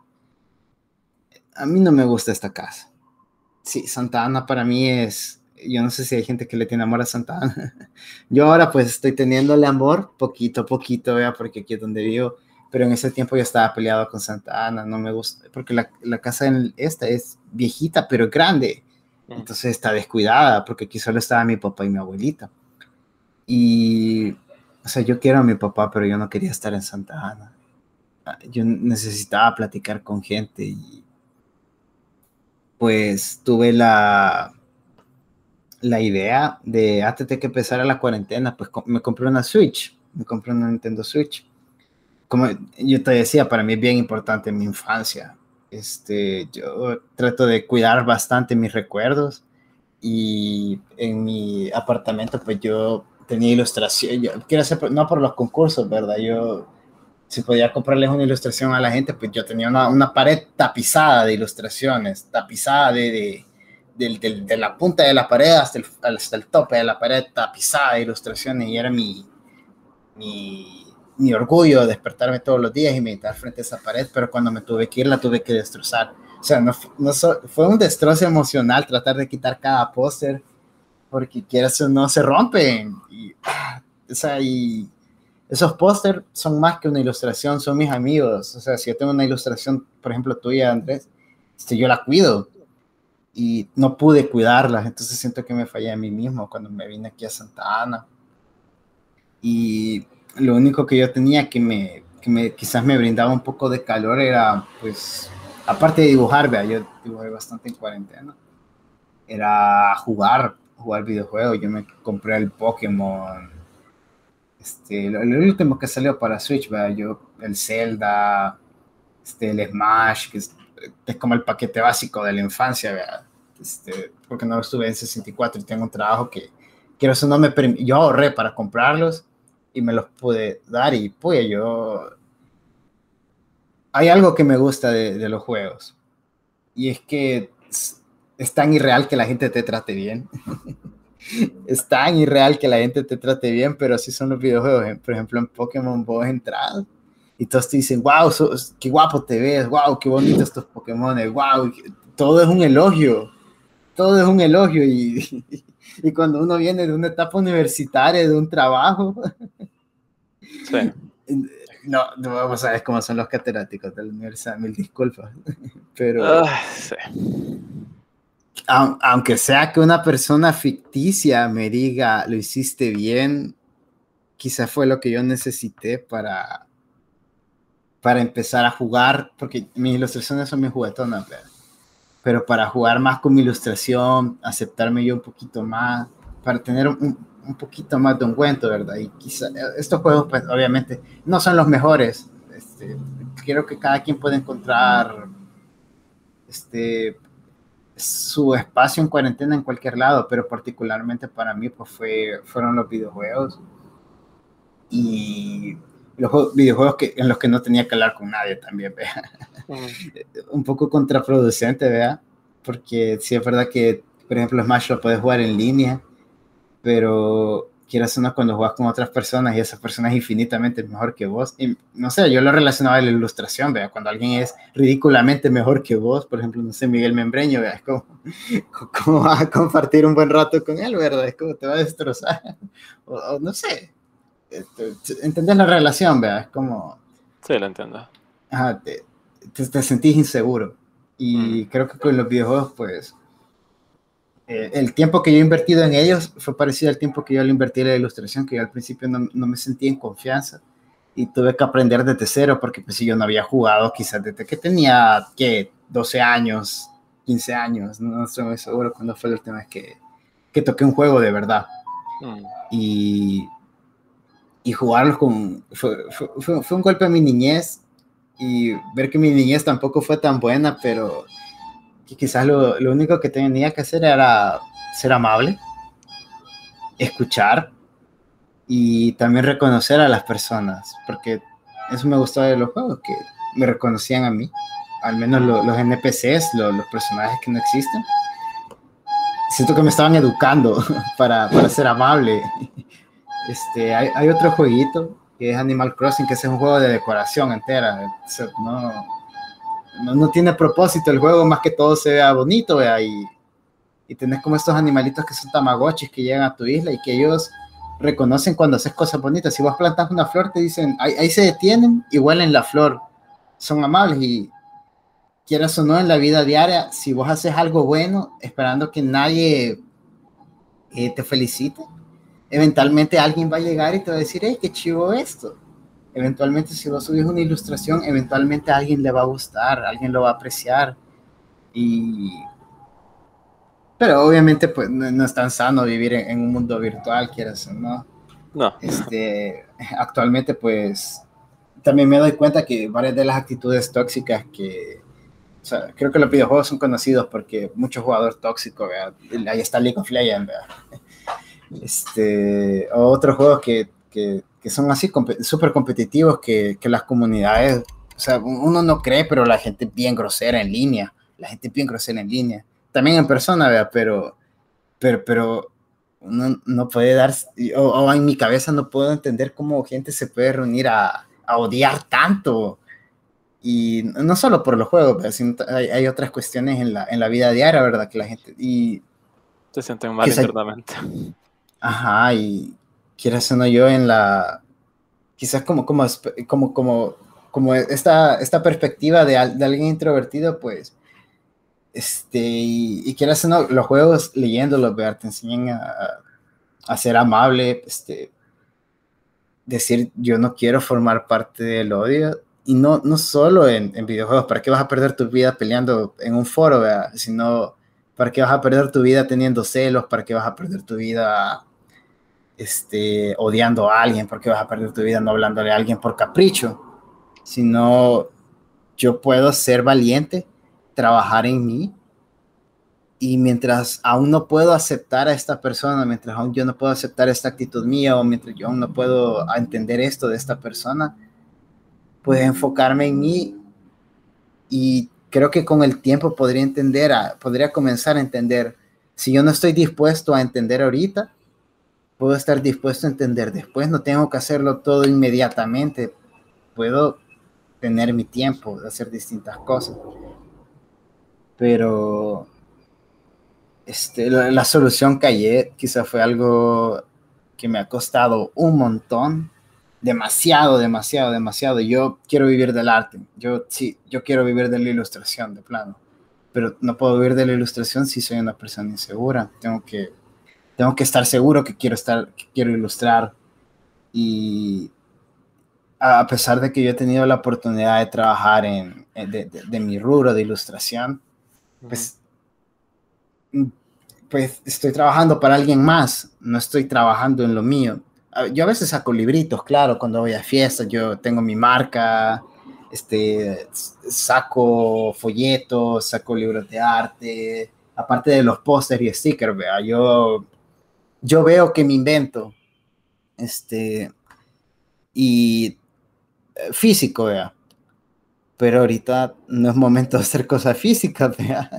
A mí no me gusta esta casa. Sí, Santa Ana para mí es, yo no sé si hay gente que le tiene amor a Santa Ana. Yo ahora pues estoy teniéndole amor, poquito a poquito, ¿vea? Porque aquí es donde vivo, pero en ese tiempo yo estaba peleado con Santa Ana, no me gusta, porque la, la casa en esta es viejita, pero grande, entonces está descuidada, porque aquí solo estaba mi papá y mi abuelita. Y, o o sea, yo quiero a mi papá, pero yo no quería estar en Santa Ana. Yo necesitaba platicar con gente y pues tuve la, la idea de antes de que empezara la cuarentena, pues me compré una Switch, me compré una Nintendo Switch. Como yo te decía, para mí es bien importante mi infancia. Este, yo trato de cuidar bastante mis recuerdos y en mi apartamento pues yo tenía ilustración, yo quiero hacer, no por los concursos, ¿verdad? Yo, si podía comprarles una ilustración a la gente, pues yo tenía una, una pared tapizada de ilustraciones, tapizada de, de, de, de, de la punta de la pared hasta el, hasta el tope de la pared, tapizada de ilustraciones, y era mi, mi, mi orgullo despertarme todos los días y meditar frente a esa pared, pero cuando me tuve que ir la tuve que destrozar. O sea, no, no so, fue un destrozo emocional tratar de quitar cada póster, porque quieras o no se rompen. Y, o sea, y esos pósters son más que una ilustración, son mis amigos. O sea, si yo tengo una ilustración, por ejemplo, tuya, Andrés, este, yo la cuido y no pude cuidarla, entonces siento que me fallé a mí mismo cuando me vine aquí a Santa Ana. Y lo único que yo tenía que me, que me quizás me brindaba un poco de calor era, pues, aparte de dibujar, vea, yo dibujé bastante en cuarentena, era jugar, jugar videojuegos. Yo me compré el Pokémon, este, el, el último que salió para Switch, vea, yo, el Zelda, este, el Smash, que es, es como el paquete básico de la infancia, vea, este, porque no estuve en sesenta y cuatro y tengo un trabajo que, quiero eso no me permite, yo ahorré para comprarlos y me los pude dar y pues yo, hay algo que me gusta de, de los juegos y es que es, es tan irreal que la gente te trate bien. Es tan irreal que la gente te trate bien, pero así son los videojuegos. Por ejemplo, en Pokémon vos entras y todos te dicen, wow, sos, qué guapo te ves, wow, qué bonitos estos Pokémon, wow, todo es un elogio, todo es un elogio y, y cuando uno viene de una etapa universitaria, de un trabajo, sí. no, no vamos a ver cómo son los catedráticos de la universidad, mil disculpas, pero... Uh, sí. Aunque sea que una persona ficticia me diga, lo hiciste bien, quizás fue lo que yo necesité para, para empezar a jugar, porque mis ilustraciones son mis juguetonas, ¿verdad? Pero para jugar más con mi ilustración, aceptarme yo un poquito más, para tener un, un poquito más de ungüento, ¿verdad? Y quizás estos juegos, pues obviamente, no son los mejores. Este, creo que cada quien puede encontrar este... su espacio en cuarentena en cualquier lado, pero particularmente para mí pues fue, fueron los videojuegos y los videojuegos que, en los que no tenía que hablar con nadie también, vea. Mm. Un poco contraproducente, vea, porque sí es verdad que, por ejemplo, Smash lo puedes jugar en línea, pero quieras o no, cuando juegas con otras personas y esa persona es infinitamente mejor que vos, y no sé, yo lo relacionaba a la ilustración, vea, cuando alguien es ridículamente mejor que vos, por ejemplo, no sé, Miguel Membreño, vea, es como, ¿cómo vas a compartir un buen rato con él, verdad? Es como te va a destrozar, o, o no sé, ¿entendés la relación, vea? Es como... Sí, lo entiendo. Ajá, te, te, te sentís inseguro, y mm. creo que con los videojuegos, pues, Eh, el tiempo que yo he invertido en ellos fue parecido al tiempo que yo le invertí en la ilustración, que yo al principio no, no me sentía en confianza y tuve que aprender desde cero, porque pues si yo no había jugado quizás desde que tenía, ¿qué? doce años, quince años, no estoy muy seguro cuándo fue la última vez que, que toqué un juego de verdad. Mm. Y, y jugarlos con... Fue, fue, fue, fue un golpe a mi niñez, y ver que mi niñez tampoco fue tan buena, pero... que quizás lo, lo único que tenía que hacer era ser amable, escuchar y también reconocer a las personas, porque eso me gustaba de los juegos, que me reconocían a mí, al menos lo, los N P Cs, lo, los personajes que no existen. Siento que me estaban educando para, para ser amable. Este, hay, hay otro jueguito que es Animal Crossing, que es un juego de decoración entera, o sea, no... No, no tiene propósito el juego, más que todo se vea bonito, vea, y, y tenés como estos animalitos que son tamagotchis que llegan a tu isla y que ellos reconocen cuando haces cosas bonitas. Si vos plantas una flor, te dicen, ahí, ahí se detienen y huelen la flor. Son amables y quieras o no en la vida diaria, si vos haces algo bueno, esperando que nadie eh, te felicite, eventualmente alguien va a llegar y te va a decir, hey, qué chivo esto. Eventualmente si vos subís una ilustración, eventualmente a alguien le va a gustar, alguien lo va a apreciar. Y... Pero obviamente pues no, no es tan sano vivir en, en un mundo virtual, quieras o no. No. Este, actualmente pues también me doy cuenta que varias de las actitudes tóxicas que, o sea, creo que los videojuegos son conocidos porque muchos jugadores tóxicos, ¿verdad? Ahí está League of Legends, ¿verdad? Este, o otros juegos que, que, que son así súper competitivos que, que las comunidades, o sea, uno no cree, pero la gente es bien grosera en línea, la gente es bien grosera en línea, también en persona, ¿verdad? Pero, pero, pero uno no puede dar, o, o en mi cabeza no puedo entender cómo gente se puede reunir a, a odiar tanto. Y no solo por los juegos, pero sino hay, hay otras cuestiones en la, en la vida diaria, ¿verdad? Que la gente... Y, Se sienten mal internamente. Ajá, y quieras o no yo en la... Quizás como, como, como, como, como esta, esta perspectiva de, de alguien introvertido, pues... Este, y, y quieras o no, los juegos leyéndolos, ¿verdad? Te enseñan a, a ser amable, este... decir yo no quiero formar parte del odio. Y no, no solo en, en videojuegos, ¿para qué vas a perder tu vida peleando en un foro, ¿verdad? Sino, ¿para qué vas a perder tu vida teniendo celos? ¿Para qué vas a perder tu vida este, odiando a alguien? ¿Por qué vas a perder tu vida no hablándole a alguien por capricho? Sino, yo puedo ser valiente, trabajar en mí, y mientras aún no puedo aceptar a esta persona, mientras aún yo no puedo aceptar esta actitud mía, o mientras yo aún no puedo entender esto de esta persona, pues enfocarme en mí, y creo que con el tiempo podría entender, a, podría comenzar a entender. Si yo no estoy dispuesto a entender ahorita, puedo estar dispuesto a entender después. No tengo que hacerlo todo inmediatamente, puedo tener mi tiempo de hacer distintas cosas. Pero este, la, la solución que hallé quizá fue algo que me ha costado un montón, demasiado, demasiado, demasiado. Yo quiero vivir del arte, yo sí, yo quiero vivir de la ilustración, de plano, pero no puedo vivir de la ilustración si soy una persona insegura. Tengo que, tengo que estar seguro que quiero, estar, que quiero ilustrar, y a pesar de que yo he tenido la oportunidad de trabajar en, de, de, de mi rubro de ilustración, pues, uh-huh. pues estoy trabajando para alguien más, no estoy trabajando en lo mío. Yo a veces saco libritos, claro, cuando voy a fiestas, yo tengo mi marca, este, saco folletos, saco libros de arte, aparte de los pósters y stickers, ¿vea? Yo, yo veo que me invento, este, y físico, ¿vea? Pero ahorita no es momento de hacer cosas físicas, ¿vea?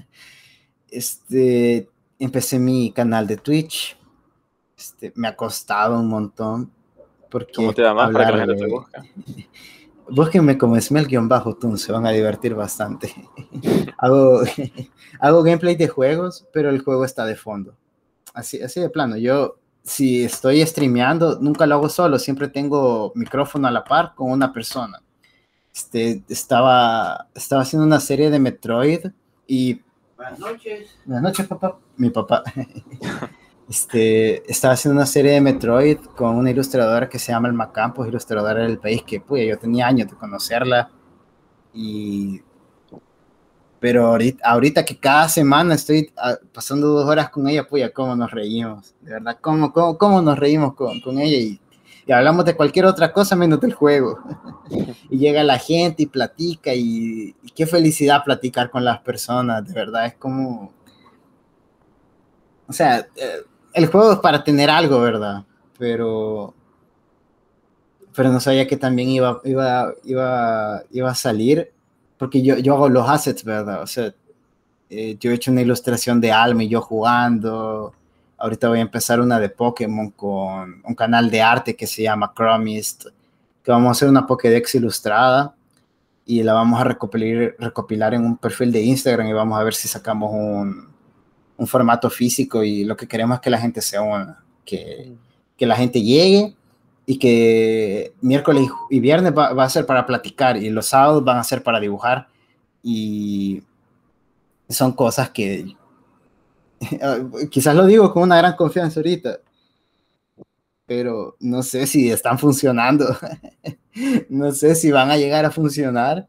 Este, empecé mi canal de Twitch. Este, me ha costado un montón. Porque ¿Cómo te llamas para que la gente te busque? Búsquenme como Smell-Tun, se van a divertir bastante. hago, hago gameplay de juegos, pero el juego está de fondo. Así, así de plano. Yo, si estoy streameando, nunca lo hago solo. Siempre tengo micrófono a la par con una persona. Este, estaba, estaba haciendo una serie de Metroid y... Buenas noches. Buenas noches, papá. Mi papá. Este, estaba haciendo una serie de Metroid con una ilustradora que se llama Alma Campos, ilustradora del país, que pues, yo tenía años de conocerla. Y... Pero ahorita, ahorita que cada semana estoy pasando dos horas con ella, pues ya cómo nos reímos. De verdad, cómo, cómo, cómo nos reímos con, con ella. Y, y hablamos de cualquier otra cosa menos del juego. Y llega la gente y platica, y, y qué felicidad platicar con las personas, de verdad, es como... O sea, eh, el juego es para tener algo, ¿verdad? Pero... Pero no sabía que también iba, iba, iba, iba a salir, porque yo, yo hago los assets, ¿verdad? O sea, eh, yo he hecho una ilustración de Alma y yo jugando. Ahorita voy a empezar una de Pokémon con un canal de arte que se llama Chromist, que vamos a hacer una Pokédex ilustrada y la vamos a recopilar, recopilar en un perfil de Instagram, y vamos a ver si sacamos un, un formato físico, y lo que queremos es que la gente se una, que, que la gente llegue, y que miércoles y viernes va, va a ser para platicar y los sábados van a ser para dibujar, y son cosas que quizás lo digo con una gran confianza ahorita, pero no sé si están funcionando. No sé si van a llegar a funcionar,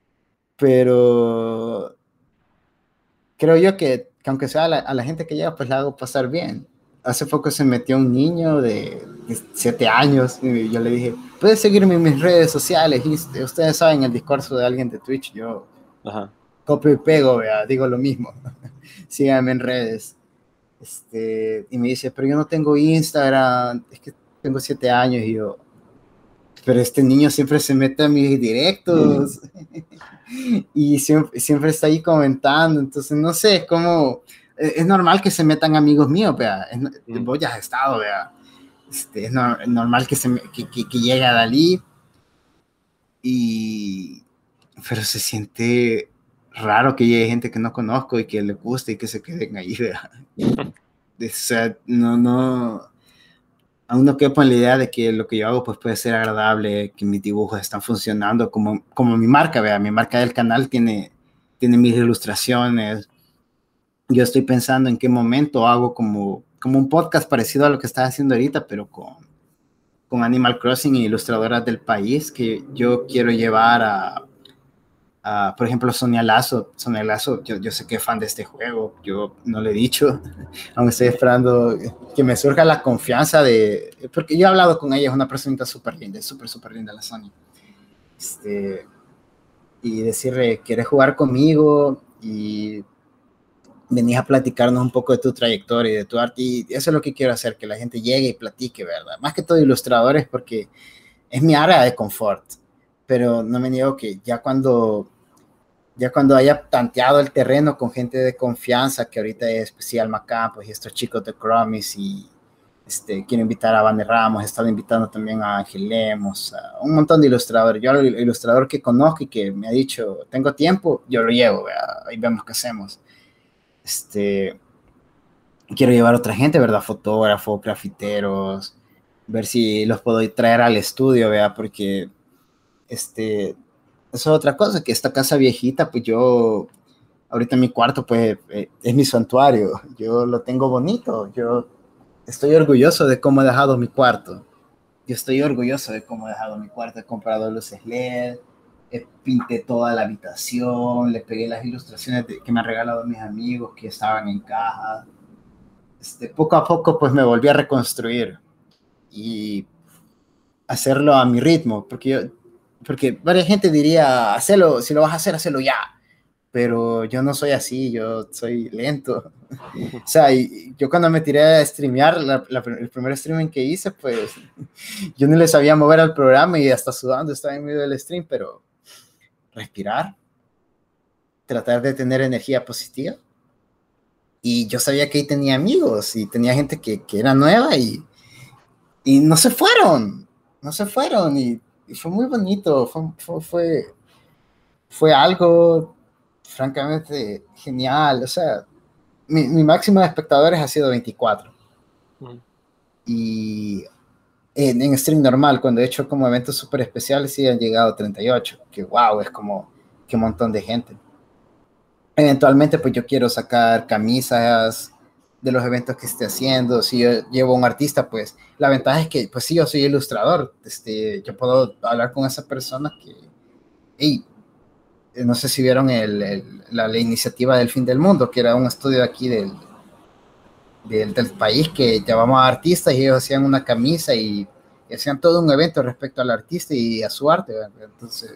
pero creo yo que, que aunque sea a la, a la gente que llega, pues la hago pasar bien. Hace poco se metió un niño de siete años y yo le dije, puedes seguirme en mis redes sociales. Y ustedes saben el discurso de alguien de Twitch, yo Ajá. copio y pego, vea, digo lo mismo. Síganme en redes. Este, y me dice, pero yo no tengo Instagram, es que tengo siete años. Y yo, pero este niño siempre se mete a mis directos y siempre, siempre está ahí comentando. Entonces, no sé, es como, es normal que se metan amigos míos, vea. Es, Mm. vos ya has estado, vea. Este, es, no, es normal que, se, que, que, que llegue a Dalí y, pero se siente raro que llegue gente que no conozco y que le guste y que se queden ahí, vea. O sea, no, no, aún no quepo en la idea de que lo que yo hago pues puede ser agradable, que mis dibujos están funcionando como, como mi marca, vea, mi marca del canal tiene, tiene mis ilustraciones. Yo estoy pensando en qué momento hago como, como un podcast parecido a lo que estás haciendo ahorita, pero con, con Animal Crossing y ilustradoras del país, que yo quiero llevar a, a por ejemplo, Sonia Lazo. Sonia Lazo, yo, yo sé que es fan de este juego, yo no le he dicho, aún estoy esperando que me surja la confianza de, porque yo he hablado con ella, es una personita súper linda, es súper, súper linda la Sonia. Este, y decirle, ¿quieres jugar conmigo? Y venís a platicarnos un poco de tu trayectoria y de tu arte, y eso es lo que quiero hacer, que la gente llegue y platique, ¿verdad? Más que todo ilustradores, porque es mi área de confort, pero no me niego que ya cuando, ya cuando haya tanteado el terreno con gente de confianza, que ahorita es pues, Alma Campos y estos chicos de Cromis, y este, quiero invitar a Vane Ramos, he estado invitando también a Ángel Lemos, a un montón de ilustradores. Yo el ilustrador que conozco y que me ha dicho, tengo tiempo, yo lo llevo, ¿verdad? Ahí vemos qué hacemos. Este, quiero llevar a otra gente, ¿verdad? Fotógrafos, grafiteros, ver si los puedo traer al estudio, ¿verdad? Porque este, eso es otra cosa, que esta casa viejita, pues yo, ahorita mi cuarto, pues eh, es mi santuario, yo lo tengo bonito, yo estoy orgulloso de cómo he dejado mi cuarto, yo estoy orgulloso de cómo he dejado mi cuarto, he comprado luces L E D, eh, pinté toda la habitación, le pegué las ilustraciones de, que me han regalado mis amigos que estaban en caja. Este, poco a poco pues me volví a reconstruir y hacerlo a mi ritmo, porque yo, porque varias gente diría, hacerlo, si lo vas a hacer, hazlo ya, pero yo no soy así, yo soy lento. O sea, y yo cuando me tiré a streamear, la, la, el primer streaming que hice, pues yo no le sabía mover al programa y hasta sudando estaba en medio del stream, pero respirar, tratar de tener energía positiva. Y yo sabía que ahí tenía amigos y tenía gente que, que era nueva y, y no se fueron, no se fueron y, y fue muy bonito, fue, fue, fue, fue algo francamente genial. O sea, mi, mi máximo de espectadores ha sido veinticuatro. Mm. Y en, en stream normal, cuando he hecho como eventos súper especiales, sí han llegado a treinta y ocho, que wow, es como que un montón de gente. Eventualmente, pues yo quiero sacar camisas de los eventos que esté haciendo. Si yo llevo a un artista, pues la ventaja es que, pues sí, yo soy ilustrador. Este, yo puedo hablar con esa persona que, hey, no sé si vieron el, el, la, la iniciativa del Fin del Mundo, que era un estudio aquí del, del, del país que llamamos a artistas y ellos hacían una camisa y, y hacían todo un evento respecto al artista y a su arte, ¿verdad? Entonces,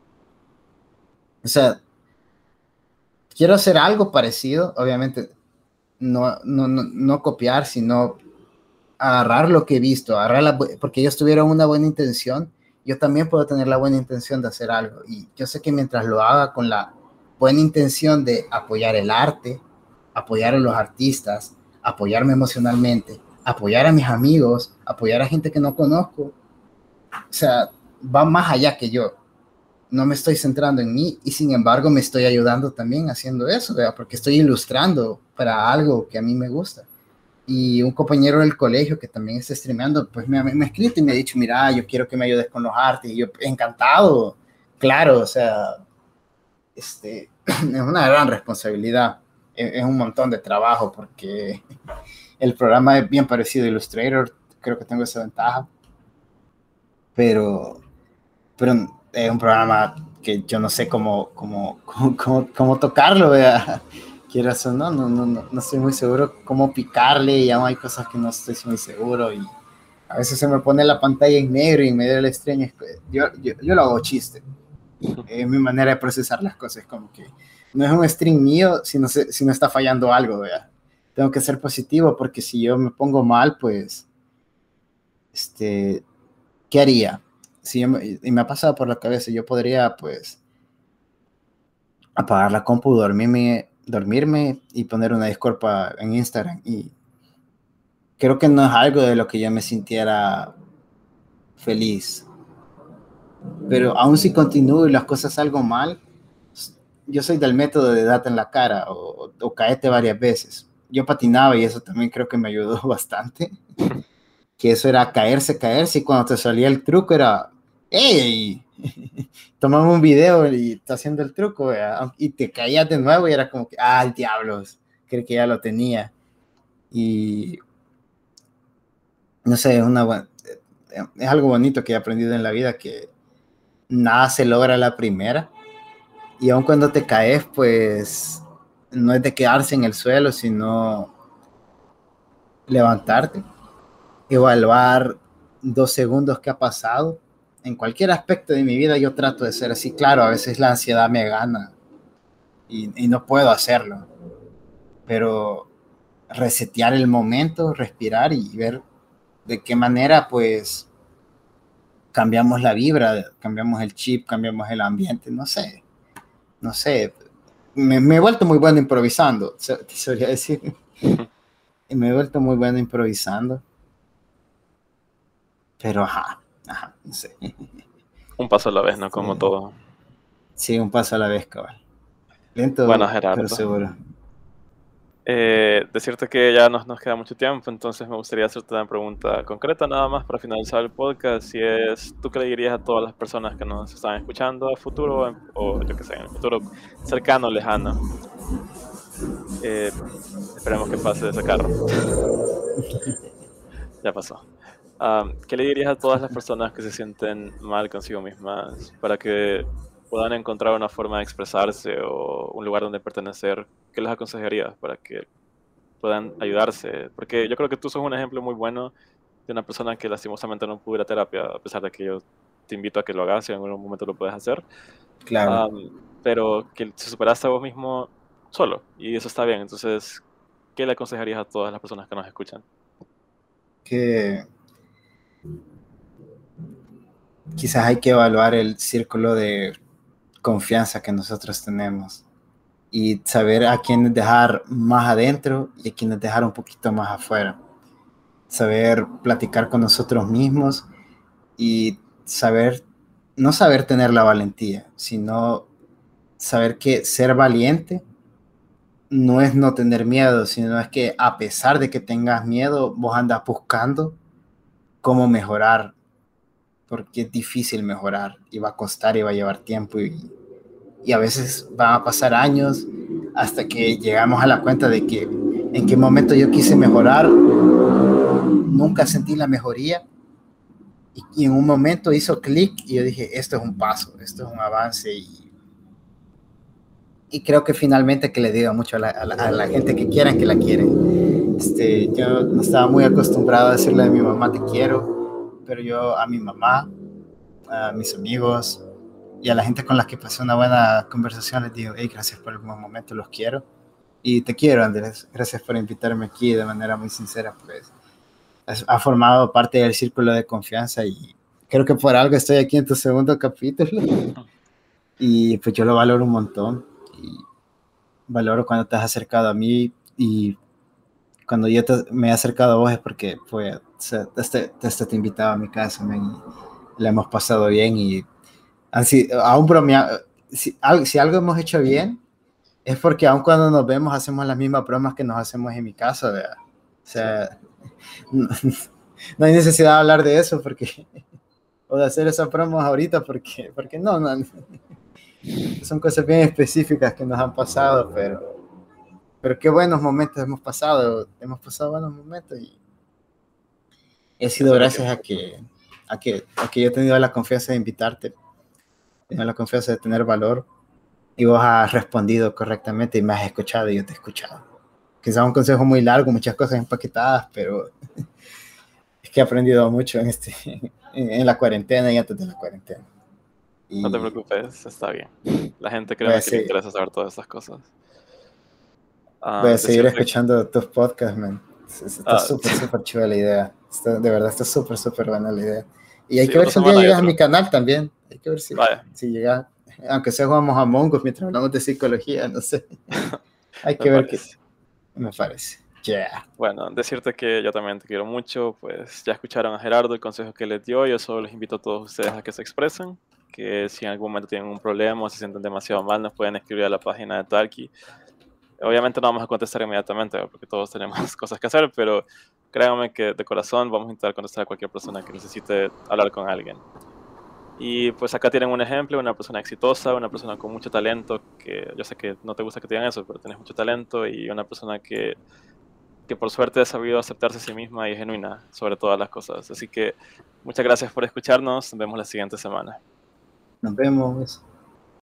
o sea, quiero hacer algo parecido, obviamente no, no, no, no copiar, sino agarrar lo que he visto, agarrar la, porque ellos tuvieron una buena intención, yo también puedo tener la buena intención de hacer algo. Y yo sé que mientras lo haga con la buena intención de apoyar el arte, apoyar a los artistas, apoyarme emocionalmente, apoyar a mis amigos, apoyar a gente que no conozco, o sea, va más allá que yo. No me estoy centrando en mí y sin embargo me estoy ayudando también haciendo eso, ¿verdad? Porque estoy ilustrando para algo que a mí me gusta. Y un compañero del colegio que también está streameando, pues me, me ha escrito y me ha dicho, mira, yo quiero que me ayudes con los artes. Y yo, encantado, claro, o sea, este, es una gran responsabilidad, es, es un montón de trabajo porque el programa es bien parecido a Illustrator, creo que tengo esa ventaja. Pero, pero es un programa que yo no sé cómo, cómo, cómo, cómo, cómo tocarlo, ¿verdad? Quieras o no, no, no, no, no estoy muy seguro cómo picarle, y aún hay cosas que no estoy muy seguro, y a veces se me pone la pantalla en negro y en medio del stream, yo, yo, yo lo hago chiste. Es mi manera de procesar las cosas, como que no es un stream mío si no, se, si no está fallando algo, ¿verdad? Tengo que ser positivo, porque si yo me pongo mal, pues, este, ¿qué haría? Si yo me, y me ha pasado por la cabeza, yo podría, pues, apagar la compu, dormirme, dormirme y poner una disculpa en Instagram, y creo que no es algo de lo que yo me sintiera feliz. Pero aún si continúo y las cosas salgan mal, yo soy del método de date en la cara o, o caete varias veces. Yo patinaba y eso también creo que me ayudó bastante. Que eso era caerse, caerse, y cuando te salía el truco era, ¡ey! Tomamos un video y está haciendo el truco, ¿verdad? Y te caías de nuevo y era como que, ¡ah, diablos! Creo que ya lo tenía. Y no sé, es, una buena, es algo bonito que he aprendido en la vida, que nada se logra a la primera. Y aun cuando te caes, pues no es de quedarse en el suelo, sino levantarte, evaluar dos segundos que ha pasado. En cualquier aspecto de mi vida yo trato de ser así. Claro, a veces la ansiedad me gana y, y no puedo hacerlo, pero resetear el momento, respirar y ver de qué manera, pues, cambiamos la vibra, cambiamos el chip, cambiamos el ambiente, no sé, no sé. Me, me he vuelto muy bueno improvisando, te sabría decir. Y me he vuelto muy bueno improvisando. Pero ajá, ajá, no sé. Un paso a la vez, ¿no? Como Sí, todo. sí, un paso a la vez, cabal. Lento, Bueno, pero Gerardo, seguro. eh, decirte que ya nos, nos queda mucho tiempo, entonces me gustaría hacerte una pregunta concreta nada más para finalizar el podcast, si es, ¿tú qué le dirías a todas las personas que nos están escuchando a futuro, o yo qué sé, en el futuro cercano o lejano? Eh, esperemos que pase ese carro. Ya pasó. Um, ¿qué le dirías a todas las personas que se sienten mal consigo mismas para que puedan encontrar una forma de expresarse o un lugar donde pertenecer? ¿Qué les aconsejarías para que puedan ayudarse? Porque yo creo que tú sos un ejemplo muy bueno de una persona que lastimosamente no pudo ir a terapia, a pesar de que yo te invito a que lo hagas, si en algún momento lo puedes hacer. Claro. Um, pero que se superaste a vos mismo solo, y eso está bien. Entonces, ¿qué le aconsejarías a todas las personas que nos escuchan? Que quizás hay que evaluar el círculo de confianza que nosotros tenemos y saber a quiénes dejar más adentro y a quiénes dejar un poquito más afuera. Saber platicar con nosotros mismos y saber, no saber tener la valentía, sino saber que ser valiente no es no tener miedo, sino es que a pesar de que tengas miedo, vos andas buscando cómo mejorar, porque es difícil mejorar y va a costar y va a llevar tiempo, y, y a veces van a pasar años hasta que llegamos a la cuenta de que en qué momento yo quise mejorar, nunca sentí la mejoría, y, y en un momento hizo clic y yo dije, esto es un paso, esto es un avance, y, y creo que finalmente que le digo mucho a la, a la, a la gente que quieran que la quieren. Este, yo no estaba muy acostumbrado a decirle a mi mamá te quiero, pero yo a mi mamá, a mis amigos y a la gente con la que pasé una buena conversación les digo, hey, gracias por el buen momento, los quiero. Y te quiero, Andrés. Gracias por invitarme aquí de manera muy sincera. Pues ha formado parte del círculo de confianza y creo que por algo estoy aquí en tu segundo capítulo. Y pues yo lo valoro un montón. Y valoro cuando te has acercado a mí, y cuando yo te, me he acercado a vos es porque pues, este, este te invitaba a mi casa, man, y la hemos pasado bien y así, aún bromeando. Si, si algo hemos hecho bien es porque aun cuando nos vemos hacemos las mismas bromas que nos hacemos en mi casa, ¿verdad? O sea, sí. no, no hay necesidad de hablar de eso porque, o de hacer esas bromas ahorita porque, porque no, no, son cosas bien específicas que nos han pasado, pero, pero qué buenos momentos hemos pasado, hemos pasado buenos momentos y, he sido Eso es lo que... gracias a que, a que, a que yo he tenido la confianza de invitarte, he tenido la confianza de tener valor, y vos has respondido correctamente y me has escuchado y yo te he escuchado. Quizás un consejo muy largo, muchas cosas empaquetadas, pero es que he aprendido mucho en, este, en, en la cuarentena y antes de la cuarentena. No te Y preocupes, está bien. La gente voy a, créeme que le seguir, interesa saber todas estas cosas. voy Ah, a seguir decirte... escuchando tus podcasts, man. Está ah, súper, súper chiva la idea. Está, de verdad, está súper, súper buena la idea. Y hay sí, que ver otra si un día semana hay llegas a mi otro. canal también. Hay que ver si, Vaya, si llegas, aunque sea jugamos a Mongos mientras hablamos de psicología, no sé. Hay me que ver qué parece. me parece. Yeah. Bueno, decirte que yo también te quiero mucho, pues ya escucharon a Gerardo el consejo que les dio, yo solo les invito a todos ustedes a que se expresen, que si en algún momento tienen un problema o se sienten demasiado mal, nos pueden escribir a la página de Talky. Obviamente no vamos a contestar inmediatamente, ¿verdad? Porque todos tenemos cosas que hacer, pero créanme que de corazón vamos a intentar contestar a cualquier persona que necesite hablar con alguien. Y pues acá tienen un ejemplo, una persona exitosa, una persona con mucho talento, que yo sé que no te gusta que te digan eso, pero tienes mucho talento, y una persona que que por suerte ha sabido aceptarse a sí misma y es genuina sobre todas las cosas. Así que muchas gracias por escucharnos. Nos vemos la siguiente semana. Nos vemos.